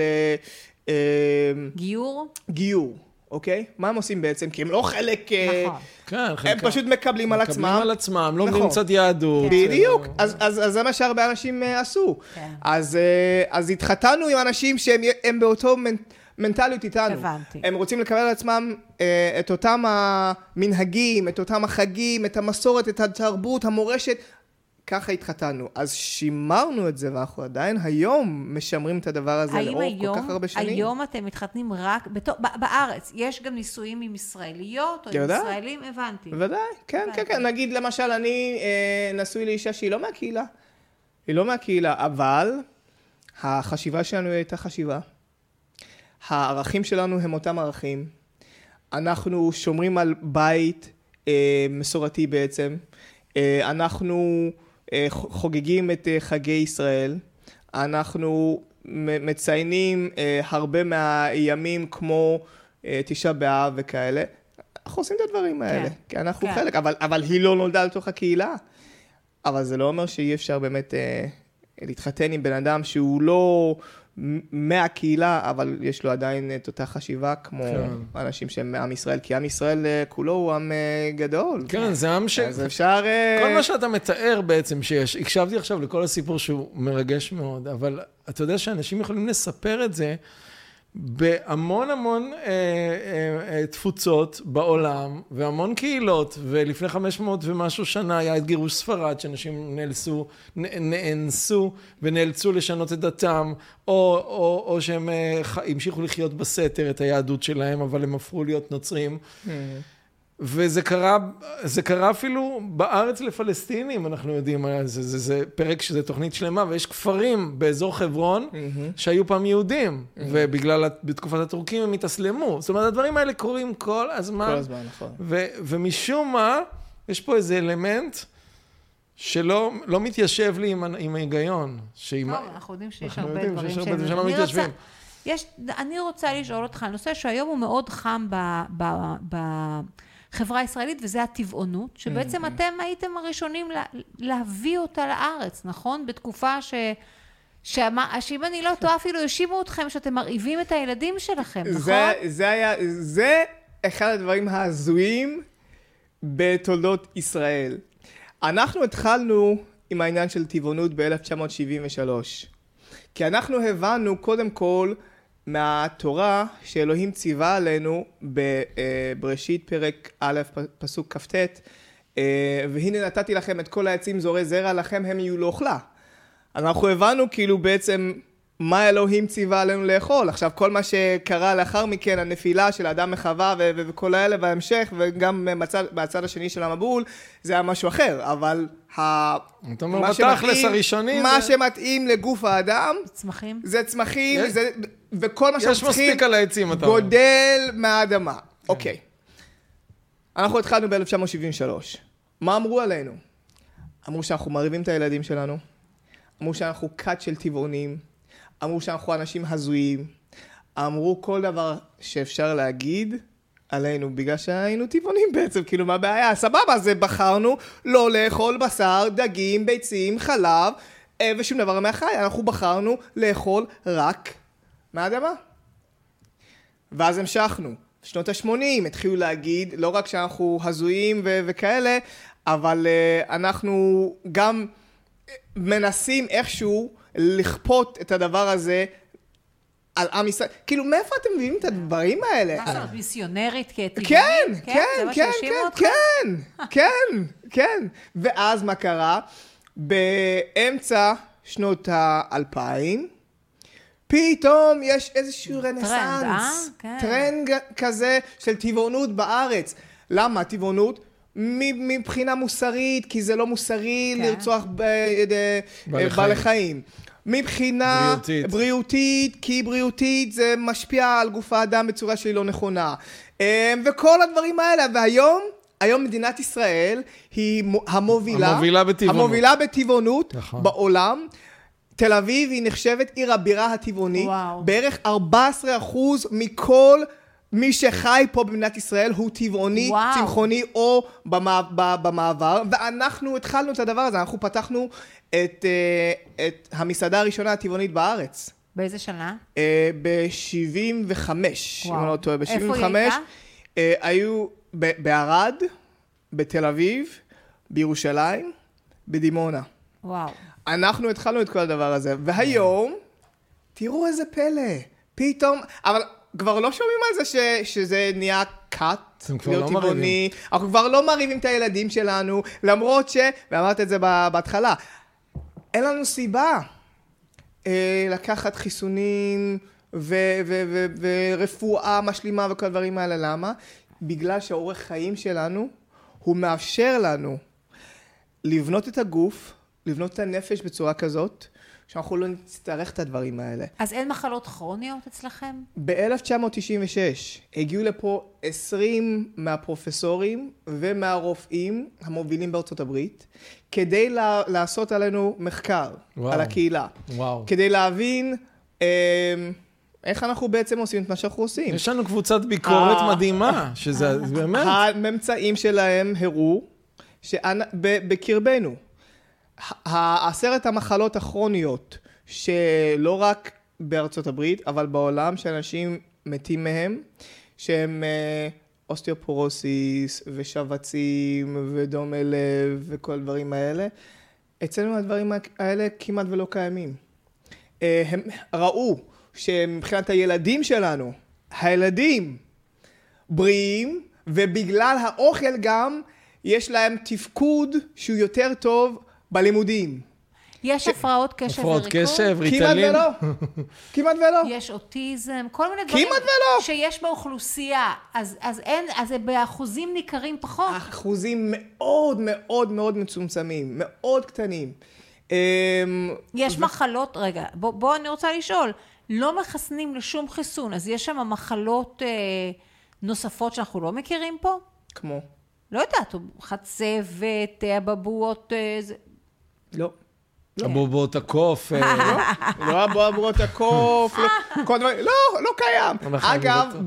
גיור, אוקיי? מה הם עושים בעצם? כי הם לא חלק, הם פשוט מקבלים על עצמם. מקבלים על עצמם, לא מבינים קצת יהדות. בדיוק, אז זה מה שהרבה אנשים עשו. אז התחתנו עם אנשים שהם באותו מנטליות איתנו. הבנתי. הם רוצים לקבל על עצמם את אותם המנהגים, את אותם החגים, את המסורת, את התרבות, המורשת. ככה התחתנו. אז שימרנו את זה, ואנחנו עדיין היום משמרים את הדבר הזה לאור כל כך הרבה שנים. היום אתם מתחתנים רק בארץ. יש גם נישואים עם ישראליות או עם ישראלים? הבנתי. בוודאי, כן. נגיד למשל, אני נשוי לאישה שהיא לא מהקהילה. היא לא מהקהילה, אבל החשיבה שלנו הייתה חשיבה. הערכים שלנו הם אותם ערכים. אנחנו שומרים על בית מסורתי בעצם. אנחנו חוגגים את חגי ישראל. אנחנו מציינים הרבה מהימים כמו תשעה באב וכאלה. אנחנו עושים את הדברים האלה, כי אנחנו חלק. אבל היא לא נולדה לתוך הקהילה. אבל זה לא אומר שאי אפשר באמת להתחתן עם בן אדם שהוא לא מהקהילה, אבל יש לו עדיין את אותה חשיבה כמו אנשים שהם מעם ישראל, כי עם ישראל כולו הוא עם גדול. כן, זה עם ש... אז אפשר... כל מה שאתה מתאר בעצם שיש, הקשבתי עכשיו לכל הסיפור שהוא מרגש מאוד, אבל אתה יודע שאנשים יכולים לספר את זה בהמון תפוצות בעולם, והמון קהילות, ולפני 500 ומשהו שנה היה את גירוש ספרד, שאנשים נאנסו ונאלצו לשנות את דתם, או שהם המשיכו לחיות בסתר את היהדות שלהם, אבל הם הפכו להיות נוצרים. וזה קרה אפילו בארץ לפלסטינים, אנחנו יודעים, זה פרק שזה תוכנית שלמה, ויש כפרים באזור חברון שהיו פעם יהודים, ובגלל, בתקופת הטורקים הם התאסלמו. זאת אומרת, הדברים האלה קורים כל הזמן. כל הזמן, נכון. ומשום מה, יש פה איזה אלמנט שלא מתיישב לי עם ההיגיון. טוב, אנחנו יודעים שיש הרבה דברים שלא מתיישבים. אני רוצה לשאול אותך, הנושא שהיום הוא מאוד חם בחברה הישראלית, וזה הטבעונות, שבעצם אתם הייתם הראשונים להביא אותה לארץ, נכון? בתקופה שאם אני לא טועה, אפילו ישימו אתכם שאתם מרעיבים את הילדים שלכם, נכון? זה אחד הדברים ההזויים בתולדות ישראל. אנחנו התחלנו עם העניין של טבעונות ב-1973, כי אנחנו הבנו קודם כל מהתורה שאלוהים ציווה עלינו בבראשית פרק א' פסוק כ"ט, והנה נתתי לכם את כל העצים זורעי זרע לכם הם יהיו לאוכלה. אנחנו הבנו כאילו בעצם מה אלוהים ציווה עלינו לאכול. עכשיו כל מה שקרה לאחר מכן, הנפילה של האדם מחווה וכל האלה וההמשך, וגם מהצד השני של המבול, זה היה משהו אחר, אבל מה שמתאים לגוף האדם, זה צמחים, וכל מה שצריכים גודל מהאדמה. אוקיי. אנחנו התחלנו ב-1973. מה אמרו עלינו? אמרו שאנחנו מרעיבים את הילדים שלנו, אמרו שאנחנו כת של טבעונים, אמרו שאנחנו אנשים הזויים, אמרו כל דבר שאפשר להגיד עלינו, בגלל שהיינו טבעונים בעצם, כאילו מה הבעיה? סבבה, זה בחרנו לא לאכול בשר, דגים, ביצים, חלב, ושום דבר מהחי. אנחנו בחרנו לאכול רק מהאדמה. ואז המשכנו. בשנות ה-80 התחילו להגיד, לא רק שאנחנו הזויים וכאלה, אבל אנחנו גם מנסים איכשהו לכפות את הדבר הזה על עם ישראל. כאילו, מאיפה אתם מביאים את הדברים האלה? מה זאת, מיסיונרית כטבעונית? כן. ואז מה קרה? באמצע שנות ה-2000, פתאום יש איזשהו רנסנס, טרנד כזה של טבעונות בארץ. למה טבעונות? מבחינה מוסרית, כי זה לא מוסרי לרצוח בעלי חיים. מבחינה בריאותית, כי בריאותית זה משפיע על גוף האדם בצורה שהיא לא נכונה. וכל הדברים האלה, והיום מדינת ישראל היא המובילה בטבעונות בעולם. תל אביב היא נחשבת עיר הבירה הטבעונית. בערך 14% מכל מי שחי פה במדינת ישראל הוא טבעוני, צמחוני או במעבר, ואנחנו התחלנו את הדבר הזה, אנחנו פתחנו את המסעדה הראשונה הטבעונית בארץ. באיזה שנה? ב-75, אם אני לא טועה, ב-75. איפה היא הייתה? היו בערד, בתל אביב, בירושלים, בדימונה. וואו. אנחנו התחלנו את כל הדבר הזה, והיום, תראו איזה פלא, פתאום, אבל כבר לא שומעים על זה שזה נהיה קאט, להיות טבעוני, אנחנו כבר לא מריבים את הילדים שלנו, למרות ואמרת את זה בהתחלה, אין לנו סיבה לקחת חיסונים ורפואה משלימה וכל הדברים האלה, למה? בגלל שהאורח חיים שלנו, הוא מאפשר לנו לבנות את הגוף, לבנות את הנפש בצורה כזאת, שאנחנו לא נצטרך את הדברים האלה. אז אין מחלות כרוניות אצלכם? ב-1996 הגיעו לפה 20 מהפרופסורים ומהרופאים המובילים בארצות הברית, כדי לעשות עלינו מחקר על הקהילה. וואו. כדי להבין איך אנחנו בעצם עושים את מה שאנחנו עושים. יש לנו קבוצת ביקורת מדהימה, שזה באמת. הממצאים שלהם הראו בקרבנו. 10 המחלות הכרוניות, שלא רק בארצות הברית, אבל בעולם, שאנשים מתים מהם, שהם אוסטאופורוזיס ושבצים ודומי לב וכל הדברים האלה, אצלנו הדברים האלה כמעט ולא קיימים. הם ראו שמבחינת הילדים שלנו, הילדים בריאים, ובגלל האוכל גם יש להם תפקוד שהוא יותר טוב בלימודים. יש הפרעות קשב וריכוז? הפרעות קשב, ריטלין? כמעט ולא. יש אוטיזם, כל מיני דברים שיש באוכלוסייה, אז זה באחוזים ניכרים פחות. אחוזים מאוד מאוד מאוד מצומצמים, מאוד קטנים. יש מחלות, רגע, בוא אני רוצה לשאול, לא מחסנים לשום חיסון, אז יש שם מחלות נוספות שאנחנו לא מכירים פה? כמו? לא יודעת, חצבת, אבעבועות, לא. אבעבועות הקוף. לא אבעבועות הקוף, לא קיים. אגב,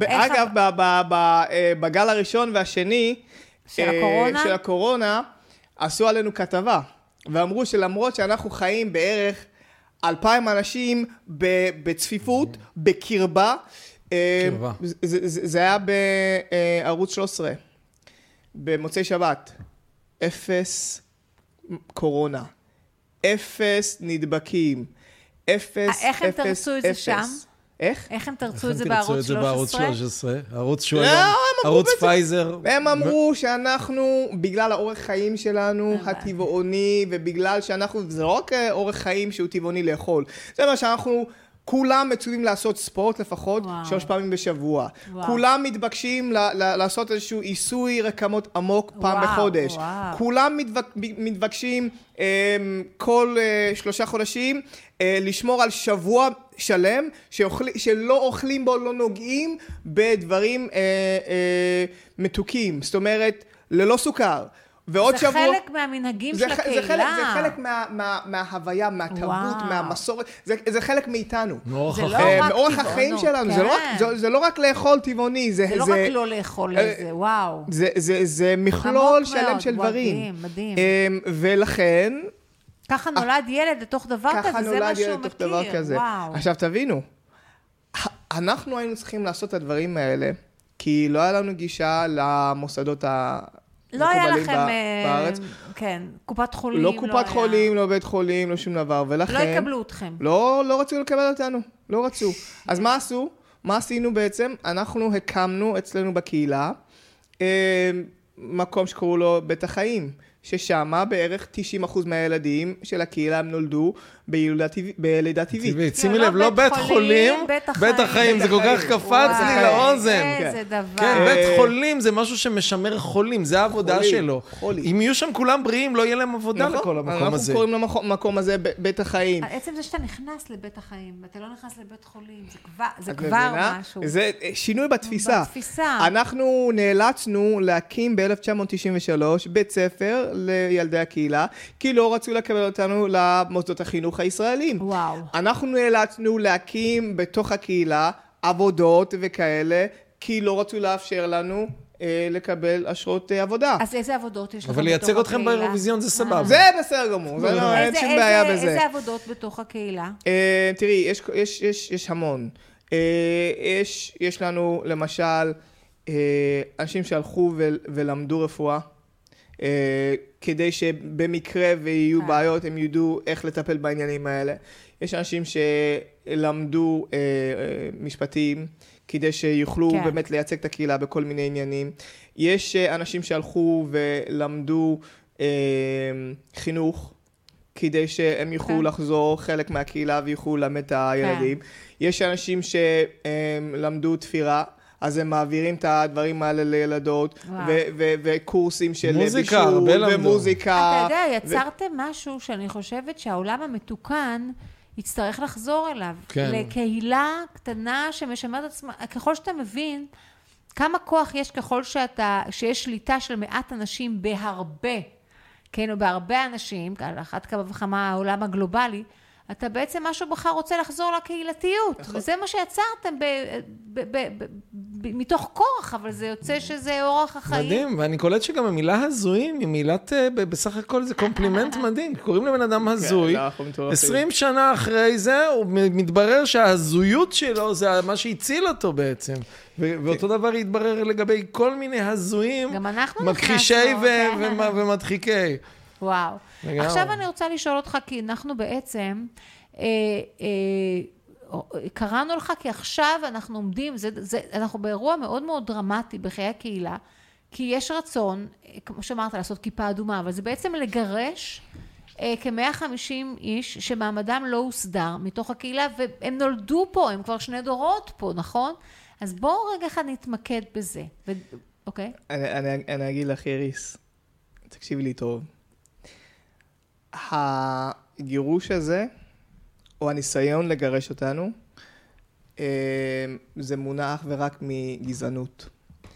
בגל הראשון והשני של הקורונה, עשו עלינו כתבה, ואמרו שלמרות שאנחנו חיים בערך 2,000 אנשים בצפיפות, בקרבה, זה היה בערוץ 13, במוצאי שבת, 0 קורונה. 0 נדבקים. 0. איך הם תרצו את זה שם? איך הם תרצו את זה בערוץ 13? ערוץ שהוא היום, ערוץ פייזר. הם אמרו שאנחנו, בגלל האורח חיים שלנו, הטבעוני, ובגלל שאנחנו, זה לא רק אורח חיים שהוא טבעוני לאכול. זה מה שאנחנו כולם מצווים לעשות ספורט לפחות 3 פעמים בשבוע. כולם מתבקשים לעשות איזשהו עיסוי רקמות עמוק פעם בחודש. כולם מתבקשים כל 3 חודשים לשמור על שבוע שלם שלא אוכלים בו, לא נוגעים בדברים מתוקים. זאת אומרת, ללא סוכר. זה חלק מהמנהגים של הקהילה. זה חלק מההוויה, מהתרבות, מהמסורת, זה חלק מאיתנו. מאורח החיים שלנו. זה לא רק לאכול טבעוני. זה לא רק לא לאכול לזה, וואו. זה מכלול שלם של דברים. מדהים. ולכן ככה נולד ילד לתוך דבר כזה, זה מה שהוא מכיר. עכשיו תבינו, אנחנו היינו צריכים לעשות את הדברים האלה, כי לא היה לנו גישה למוסדות לא היה לכם, כן, קופת חולים. לא קופת חולים, לא בית חולים, לא שום דבר, ולכן לא יקבלו אתכם. לא רצו לקבל אותנו, לא רצו. אז מה עשו? מה עשינו בעצם? אנחנו הקמנו אצלנו בקהילה, מקום שקראו לו בית החיים, ששם בערך 90% מהילדים של הקהילה הם נולדו בלידה טבעית. שימי לב, לא בית חולים, בית החיים, זה כל כך קפץ לי לאוזן. איזה דבר. כן, בית חולים זה משהו שמשמר חולים, זה העבודה שלו. אם יהיו שם כולם בריאים, לא יהיה להם עבודה לכל המקום הזה. אנחנו קוראים למקום הזה בית החיים. עצם זה שאתה נכנס לבית החיים, ואתה לא נכנס לבית חולים, זה כבר משהו. זה שינוי בתפיסה. אנחנו נאלצנו להקים ב-1993 בית ספר לילדי הקהילה, כי לא רצו לקבל אותנו למוסדות החינוך הישראלים. וואו. אנחנו נאלצנו להקים בתוך הקהילה עבודות וכאלה כי לא רצו לאפשר לנו לקבל אשרות עבודה. אז איזה עבודות יש לכם אבל לייצג אתכם באירוויזיון זה סבבה. זה בסדר גמור, זה לא, אין שום בעיה בזה. איזה עבודות בתוך הקהילה? תראי, יש המון. יש לנו למשל אנשים שהלכו ולמדו רפואה, כדי שבמקרה ויהיו בעיות הם ידעו איך לטפל בעניינים האלה. יש אנשים שלמדו משפטים, כדי שיוכלו באמת לייצג את הקהילה בכל מיני עניינים. יש אנשים שהלכו ולמדו חינוך, כדי שהם יוכלו לחזור חלק מהקהילה ויוכלו ללמד את הילדים. יש אנשים שלמדו תפירה, אז הם מעבירים את הדברים האלה לילדות, וקורסים של בישול ומוזיקה. אתה יודע, יצרתם משהו שאני חושבת שהעולם המתוקן יצטרך לחזור אליו. לקהילה קטנה שמשמעת עצמה, ככל שאתה מבין כמה כוח יש ככל שיש שליטה של מעט אנשים בהרבה, כן, או בהרבה אנשים, על אחת כמה וכמה העולם הגלובלי, אתה בעצם משהו בכלל רוצה לחזור לקהילתיות, וזה מה שיצרתם מתוך כוח, אבל זה יוצא שזה אורח החיים. מדהים, ואני קולט שגם המילה הזויים היא מילת, בסך הכל זה קומפלימנט מדהים, קוראים לבן אדם הזוי, 20 שנה אחרי זה, הוא מתברר שההזויות שלו זה מה שהציל אותו בעצם, ואותו דבר יתברר לגבי כל מיני הזויים, מכחישי ומדחיקי. וואו. עכשיו אני רוצה לשאול אותך, כי אנחנו בעצם, קראנו לך, כי עכשיו אנחנו עומדים, אנחנו באירוע מאוד מאוד דרמטי בחיי הקהילה, כי יש רצון, כמו שאמרת, לעשות כיפה אדומה, אבל זה בעצם לגרש כ-150 איש שמעמדם לא הוסדר מתוך הקהילה, והם נולדו פה, הם כבר 2 דורות פה, נכון? אז בואו רגע אחד נתמקד בזה. אוקיי? אני אגיד לך, איריס, תקשיבי לי טוב. הגירוש הזה, או הניסיון לגרש אותנו, זה מונח ורק מגזענות.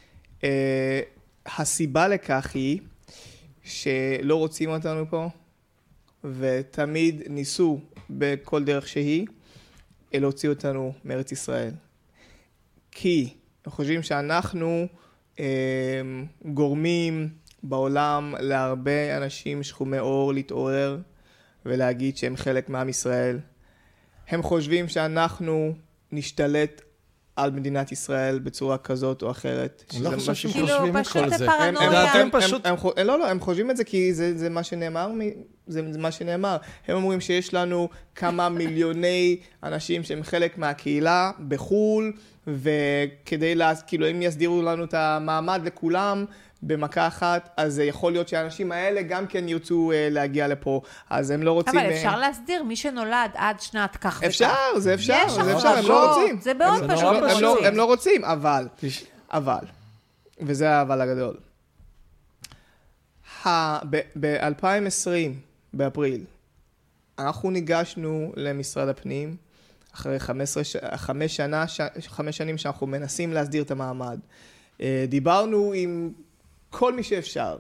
הסיבה לכך היא שלא רוצים אותנו פה, ותמיד ניסו בכל דרך שהיא להוציא אותנו מארץ ישראל. כי אנחנו חושבים שאנחנו גורמים בעולם להרבה אנשים שחומי אור להתעורר ולהגיד שהם חלק מעם ישראל. הם חושבים שאנחנו נשתלט על מדינת ישראל בצורה כזאת או אחרת. אני לא חושב שהם חושבים את כל זה. הם חושבים את זה כי זה מה שנאמר, זה מה שנאמר. הם אומרים שיש לנו כמה מיליוני אנשים שהם חלק מהקהילה בחול, וכדי, כאילו, אם יסדירו לנו את המעמד לכולם, במכה אחת, אז יכול להיות שהאנשים האלה גם כן ירצו להגיע לפה, אז הם לא רוצים... אבל אפשר להסדיר, מי שנולד עד שנת כך וכך. אפשר, זה אפשר, הם לא רוצים. זה מאוד פשוט. הם לא רוצים, אבל, וזה האבל הגדול. ב-2020, באפריל, אנחנו ניגשנו למשרד הפנים, אחרי 5 שנים שאנחנו מנסים להסדיר את המעמד. דיברנו עם כל מי שאפשר.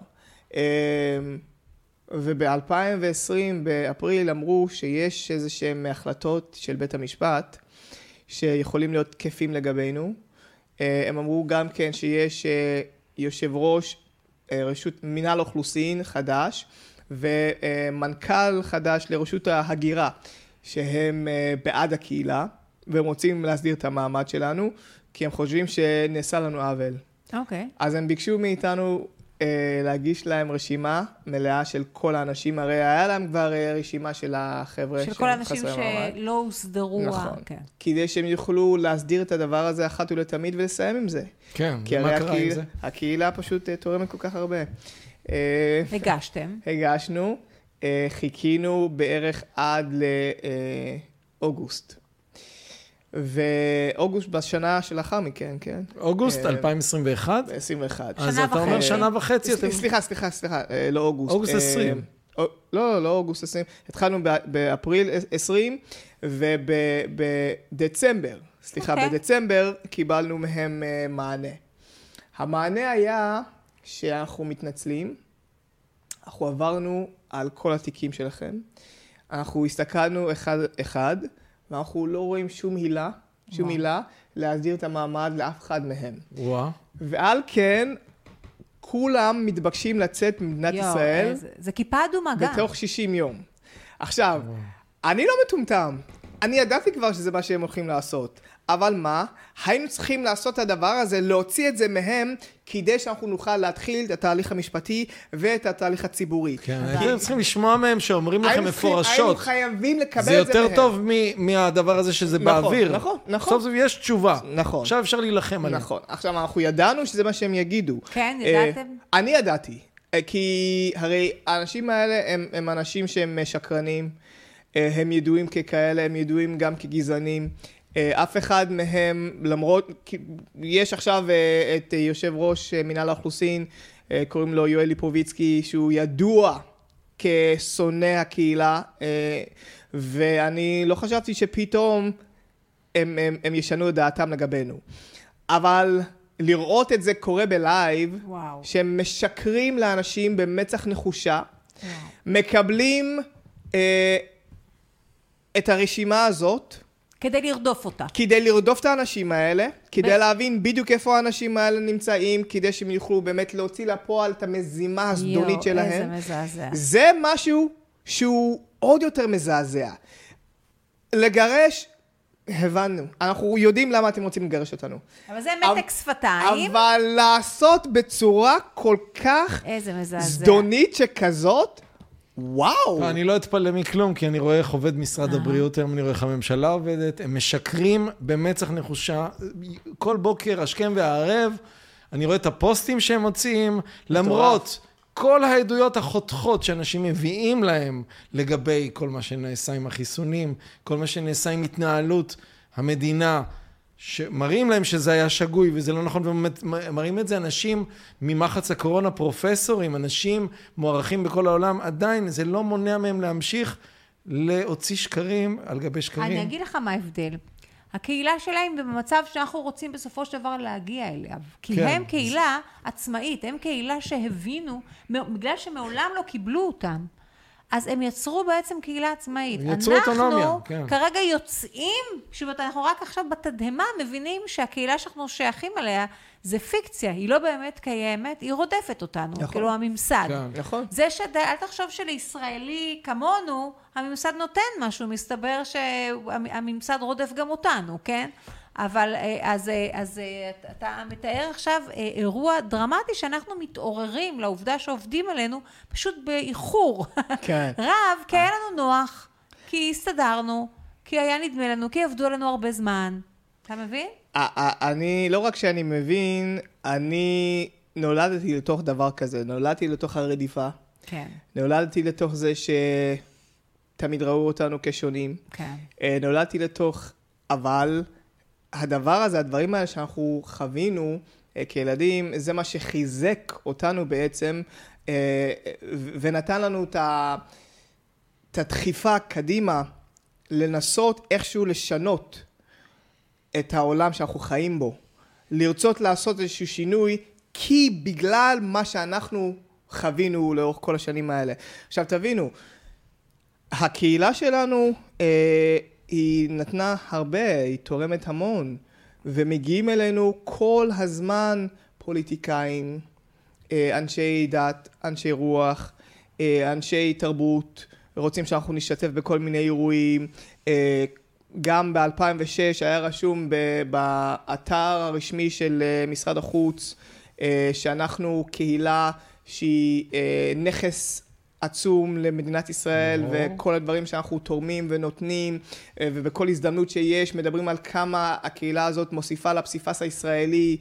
וב-2020, באפריל, אמרו שיש איזשהם החלטות של בית המשפט שיכולים להיות תקפים לגבינו. הם אמרו גם כן שיש יושב ראש רשות מינהל אוכלוסין חדש ומנכ"ל חדש לרשות ההגירה שהם בעד הקהילה והם רוצים להסדיר את המעמד שלנו כי הם חושבים שנעשה לנו עוול. אוקיי. אז הם ביקשו מאיתנו להגיש להם רשימה מלאה של כל האנשים, הרי היה להם כבר רשימה של החבר'ה של כל האנשים שלא הוסדרו. נכון. כדי שהם יוכלו להסדיר את הדבר הזה אחת ולתמיד ולסיים עם זה. כן, ומה קרה עם זה? הקהילה פשוט תורמת כל כך הרבה. הגשתם. הגשנו, חיכינו בערך עד לאוגוסט. ואוגוסט בשנה שלאחר מכן, כן. אוגוסט 2021? 21. אז אתה אומר שנה וחצי. סליחה, לא אוגוסט. אוגוסט 20. לא אוגוסט 20. התחלנו באפריל 20, ובדצמבר, בדצמבר קיבלנו מהם מענה. המענה היה שאנחנו מתנצלים, אנחנו עברנו על כל התיקים שלכם, אנחנו הסתכלנו אחד, ואנחנו לא רואים שום מילה, להסדיר את המעמד לאף אחד מהם. וואו. ועל כן, כולם מתבקשים לצאת ממדינת ישראל. זה כיפה אדומה גם. בתוך 60 יום. עכשיו, אני לא מטומטם. אני ידעתי כבר שזה מה שהם הולכים לעשות. אבל מה? היינו צריכים לעשות את הדבר הזה, להוציא את זה מהם, כדי שאנחנו נוכל להתחיל את התהליך המשפטי ואת התהליך הציבורי. כן, הייתם צריכים לשמוע מהם שאומרים לכם מפורשות. היינו חייבים לקבל את זה מהם. זה יותר טוב מהדבר הזה שזה באוויר. נכון. סוף סוף יש תשובה. נכון. עכשיו אפשר להילחם עליהם. נכון. עכשיו, אנחנו ידענו שזה מה שהם יגידו. כן, ידעתם? אני ידעתי. כי הרי האנשים האלה הם אנשים שהם שקרנים. הם ידועים ככאלה, הם ידועים גם כגזענים. אף אחד מהם, למרות, יש עכשיו את יושב ראש מנהל האוכלוסין, קוראים לו יואל ליפוביצקי, שהוא ידוע כשונא הקהילה, ואני לא חשבתי שפתאום הם ישנו את דעתם לגבינו. אבל לראות את זה קורה בלייב, שהם משקרים לאנשים במצח נחושה, מקבלים את הרשימה הזאת, כדי לרדוף אותה. כדי לרדוף את האנשים האלה, כדי להבין בדיוק איפה האנשים האלה נמצאים, כדי שהם יוכלו באמת להוציא לפועל את המזימה הזדונית שלהם. איזה מזעזע. זה משהו שהוא עוד יותר מזעזע. לגרש, הבנו. אנחנו יודעים למה אתם רוצים לגרש אותנו. אבל זה מתק שפתיים. אבל לעשות בצורה כל כך זדונית שכזאת, וואו. אני לא אתפלא מכלום, כי אני רואה איך עובד משרד הבריאות, אני רואה איך הממשלה עובדת, הם משקרים במצח נחושה, כל בוקר, השכם והערב, אני רואה את הפוסטים שהם מוציאים, למרות כל העדויות החותכות שאנשים מביאים להם, לגבי כל מה שנעשה עם החיסונים, כל מה שנעשה עם התנהלות המדינה, שמראים להם שזה היה שגוי וזה לא נכון, ומראים את זה אנשים ממחץ הקורונה, פרופסורים, אנשים מוערכים בכל העולם, עדיין זה לא מונע מהם להמשיך להוציא שקרים על גבי שקרים. אני אגיד לך מה ההבדל. הקהילה שלהם במצב שאנחנו רוצים בסופו של דבר להגיע אליו. כי כן. הם קהילה עצמאית, הם קהילה שהבינו, בגלל שמעולם לא קיבלו אותם. אז הם יצרו בעצם קהילה עצמאית. יצרו אוטונומיה, כן. אנחנו כרגע יוצאים, אנחנו רק עכשיו בתדהמה מבינים שהקהילה שאנחנו שייכים עליה זה פיקציה, היא לא באמת קיימת, היא רודפת אותנו, נכון. כאילו הממסד. כן. נכון. זה אל תחשוב שלישראלי כמונו, הממסד נותן משהו, מסתבר שהממסד רודף גם אותנו, כן? אבל אז אתה מתאר עכשיו אירוע דרמטי שאנחנו מתעוררים לעובדה שעובדים עלינו פשוט באיחור. כן. רב, כי היה לנו נוח, כי הסתדרנו, כי היה נדמה לנו, כי עבדו עלינו הרבה זמן. אתה מבין? אני, לא רק שאני מבין, אני נולדתי לתוך דבר כזה, נולדתי לתוך הרדיפה. כן. נולדתי לתוך זה שתמיד ראו אותנו כשונים. כן. נולדתי לתוך, אבל הדבר הזה, הדברים האלה שאנחנו חווינו כילדים, זה מה שחיזק אותנו בעצם, ונתן לנו את הדחיפה קדימה, לנסות איכשהו לשנות את העולם שאנחנו חיים בו. לרצות לעשות איזשהו שינוי, כי בגלל מה שאנחנו חווינו לאורך כל השנים האלה. עכשיו תבינו, הקהילה שלנו, היא נתנה הרבה, היא תורמת המון, ומגיעים אלינו כל הזמן פוליטיקאים, אנשי דת, אנשי רוח, אנשי תרבות, רוצים שאנחנו נשתתף בכל מיני אירועים. גם ב-2006 היה רשום באתר הרשמי של משרד החוץ, שאנחנו קהילה שהיא נכס עצום למדינת ישראל, וכל הדברים שאנחנו תורמים ונותנים, ובכל הזדמנות שיש, מדברים על כמה הקהילה הזאת מוסיפה לפסיפס הישראלי,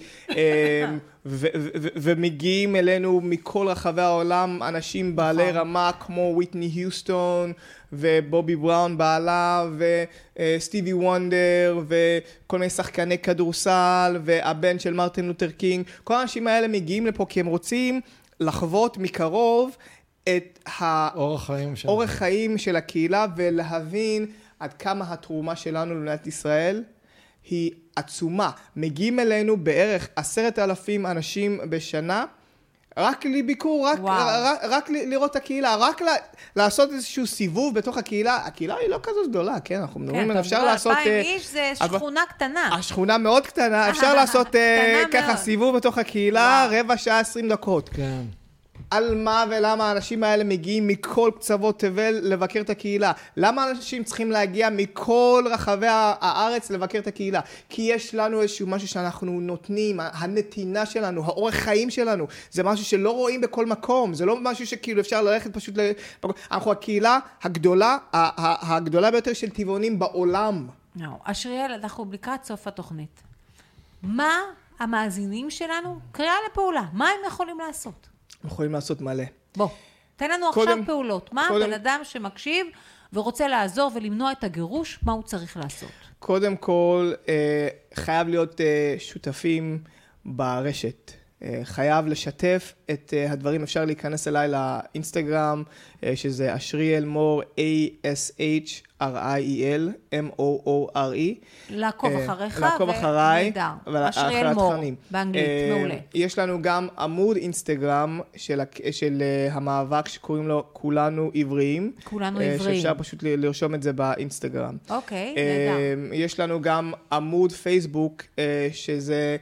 ומגיעים אלינו מכל רחבי העולם, אנשים בעלי רמה כמו ויטני היוסטון, ובובי בראון בעלה, וסטיבי וונדר, וכל מיני שחקני כדורסל, והבן של מרטין לותר קינג. כל האנשים האלה מגיעים לפה כי הם רוצים לחוות מקרוב את האורח חיים של הקהילה, ולהבין עד כמה התרומה שלנו למדינת ישראל היא עצומה. מגיעים אלינו בערך 10,000 אנשים בשנה, רק לביקור, רק לראות את הקהילה, רק לעשות איזשהו סיבוב בתוך הקהילה. הקהילה היא לא כזאת גדולה, כן? אנחנו מדברים, אפשר לעשות... 2,000 איש זה שכונה קטנה. השכונה מאוד קטנה, אפשר לעשות ככה סיבוב בתוך הקהילה, רבע שעה, 20 דקות. כן. על מה ולמה האנשים האלה מגיעים מכל קצוות תבל לבקר את הקהילה? למה אנשים צריכים להגיע מכל רחבי הארץ לבקר את הקהילה? כי יש לנו איזשהו משהו שאנחנו נותנים, הנתינה שלנו, האורח חיים שלנו, זה משהו שלא רואים בכל מקום, זה לא משהו שכאילו אפשר ללכת פשוט אנחנו הקהילה הגדולה ביותר של טבעונים בעולם. אשריאל, אנחנו לקראת סוף התוכנית. מה המאזינים שלנו? קריאה לפעולה, מה הם יכולים לעשות? יכולים לעשות מלא. בוא, תן לנו עכשיו פעולות. מה בן אדם שמקשיב ורוצה לעזור ולמנוע את הגירוש, מה הוא צריך לעשות? קודם כל, חייב להיות שותפים ברשת. חייב לשתף את הדברים. אפשר להיכנס אליי לאינסטגרם, שזה אשריאל מור, ASHRIEL MOORE. לעקוב אחריך, לעקוב אחריי, אשריאל מור, באנגלית, מעולה. יש לנו גם עמוד אינסטגרם של המאבק שקוראים לו כולנו עבריים. כולנו עבריים. שאפשר פשוט לרשום את זה באינסטגרם. אוקיי, נהדר. יש לנו גם עמוד פייסבוק, שזה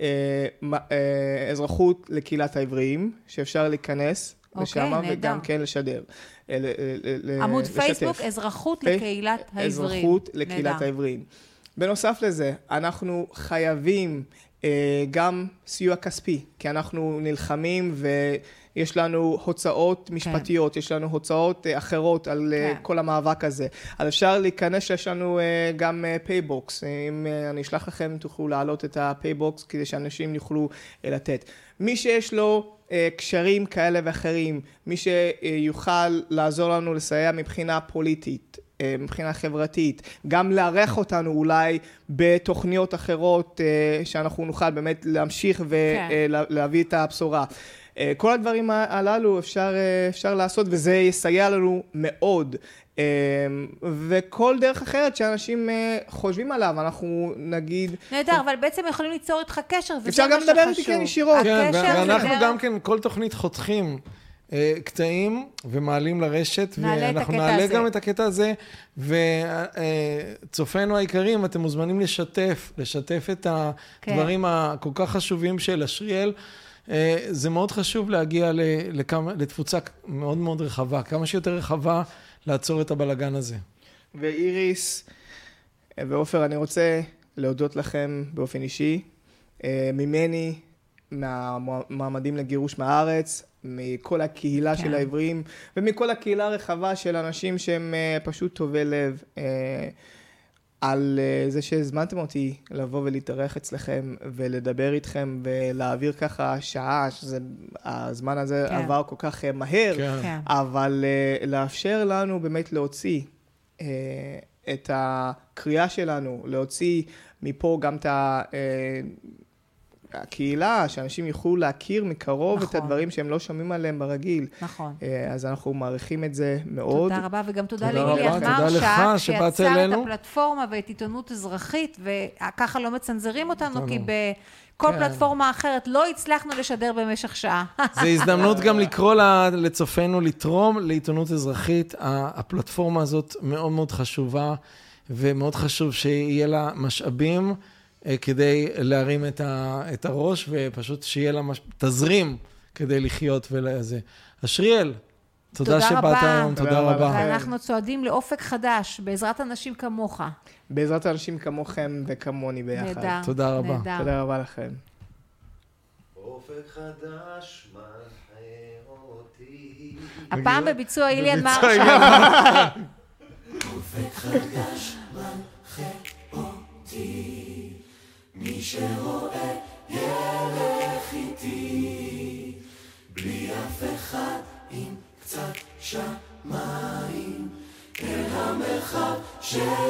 אזרחות לקהילת העבריים, שאפשר להיכנס לשם וגם כן לשדר. עמוד פייסבוק, אזרחות לקהילת העבריים. אזרחות לקהילת העבריים. בנוסף לזה, אנחנו חייבים גם סיוע כספי, כי אנחנו נלחמים ויש לנו הוצאות משפטיות, יש לנו הוצאות אחרות על כל המאבק הזה. אז אפשר להיכנס, יש לנו גם פייבוקס. אם אני אשלח לכם, תוכלו להעלות את הפייבוקס כדי שאנשים יוכלו לתת. מי שיש לו קשרים כאלה ואחרים, מי שיוכל לעזור לנו לסייע מבחינה פוליטית, מבחינה חברתית, גם לארח אותנו אולי בתוכניות אחרות שאנחנו נוכל באמת להמשיך ולהביא את הבשורה. כל הדברים הללו אפשר לעשות וזה יסייע לנו מאוד. וכל דרך אחרת שאנשים חושבים עליו, אנחנו נגיד... נהדר, אבל בעצם יכולים ליצור איתך קשר, אפשר גם לדבר איתי כאן ישירות. כן, ואנחנו גם כן, כל תוכנית חותכים קטעים ומעלים לרשת, ואנחנו נעלה גם את הקטע הזה, וצופינו העיקרים, אתם מוזמנים לשתף את הדברים הכל כך חשובים של אשריאל. זה מאוד חשוב להגיע לתפוצה מאוד מאוד רחבה, כמה שיותר רחבה לעצור את הבלגן הזה. ואיריס ואופר, אני רוצה להודות לכם באופן אישי, ממני, מהמועמדים לגירוש מהארץ, מכל הקהילה של העברים, ומכל הקהילה הרחבה של אנשים שהם פשוט טובי לב, על זה שהזמנתם אותי לבוא ולהתארח אצלכם ולדבר איתכם ולהעביר ככה שעה, הזמן הזה עבר כל כך מהר, אבל לאפשר לנו באמת להוציא את הקריאה שלנו, להוציא מפה גם את הקהילה, שאנשים יוכלו להכיר מקרוב את הדברים שהם לא שומעים עליהם ברגיל. נכון. אז אנחנו מעריכים את זה מאוד. תודה רבה, וגם תודה לאיליאן מרשה, שיצר את הפלטפורמה ואת עיתונות אזרחית, וככה לא מצנזרים אותנו, כי בכל פלטפורמה אחרת לא הצלחנו לשדר במשך שעה. זו הזדמנות גם לקרוא לצופנו לתרום לעיתונות אזרחית. הפלטפורמה הזאת מאוד מאוד חשובה, ומאוד חשוב שיהיה לה משאבים, כדי להרים את הראש, ופשוט שיהיה לה תזרים כדי לחיות ולזה. אשריאל, תודה שבאת היום, תודה רבה. ואנחנו צועדים לאופק חדש, בעזרת אנשים כמוך. בעזרת אנשים כמוכם וכמוני ביחד. נהדר. תודה רבה. תודה רבה לכם. אופק חדש מנחה אותי. הפעם בביצוע איליאן מרשה. אופק חדש מנחה אותי. מי שרואה ילך איתי, בלי אף אחד, עם קצת שמיים, אל המרחב של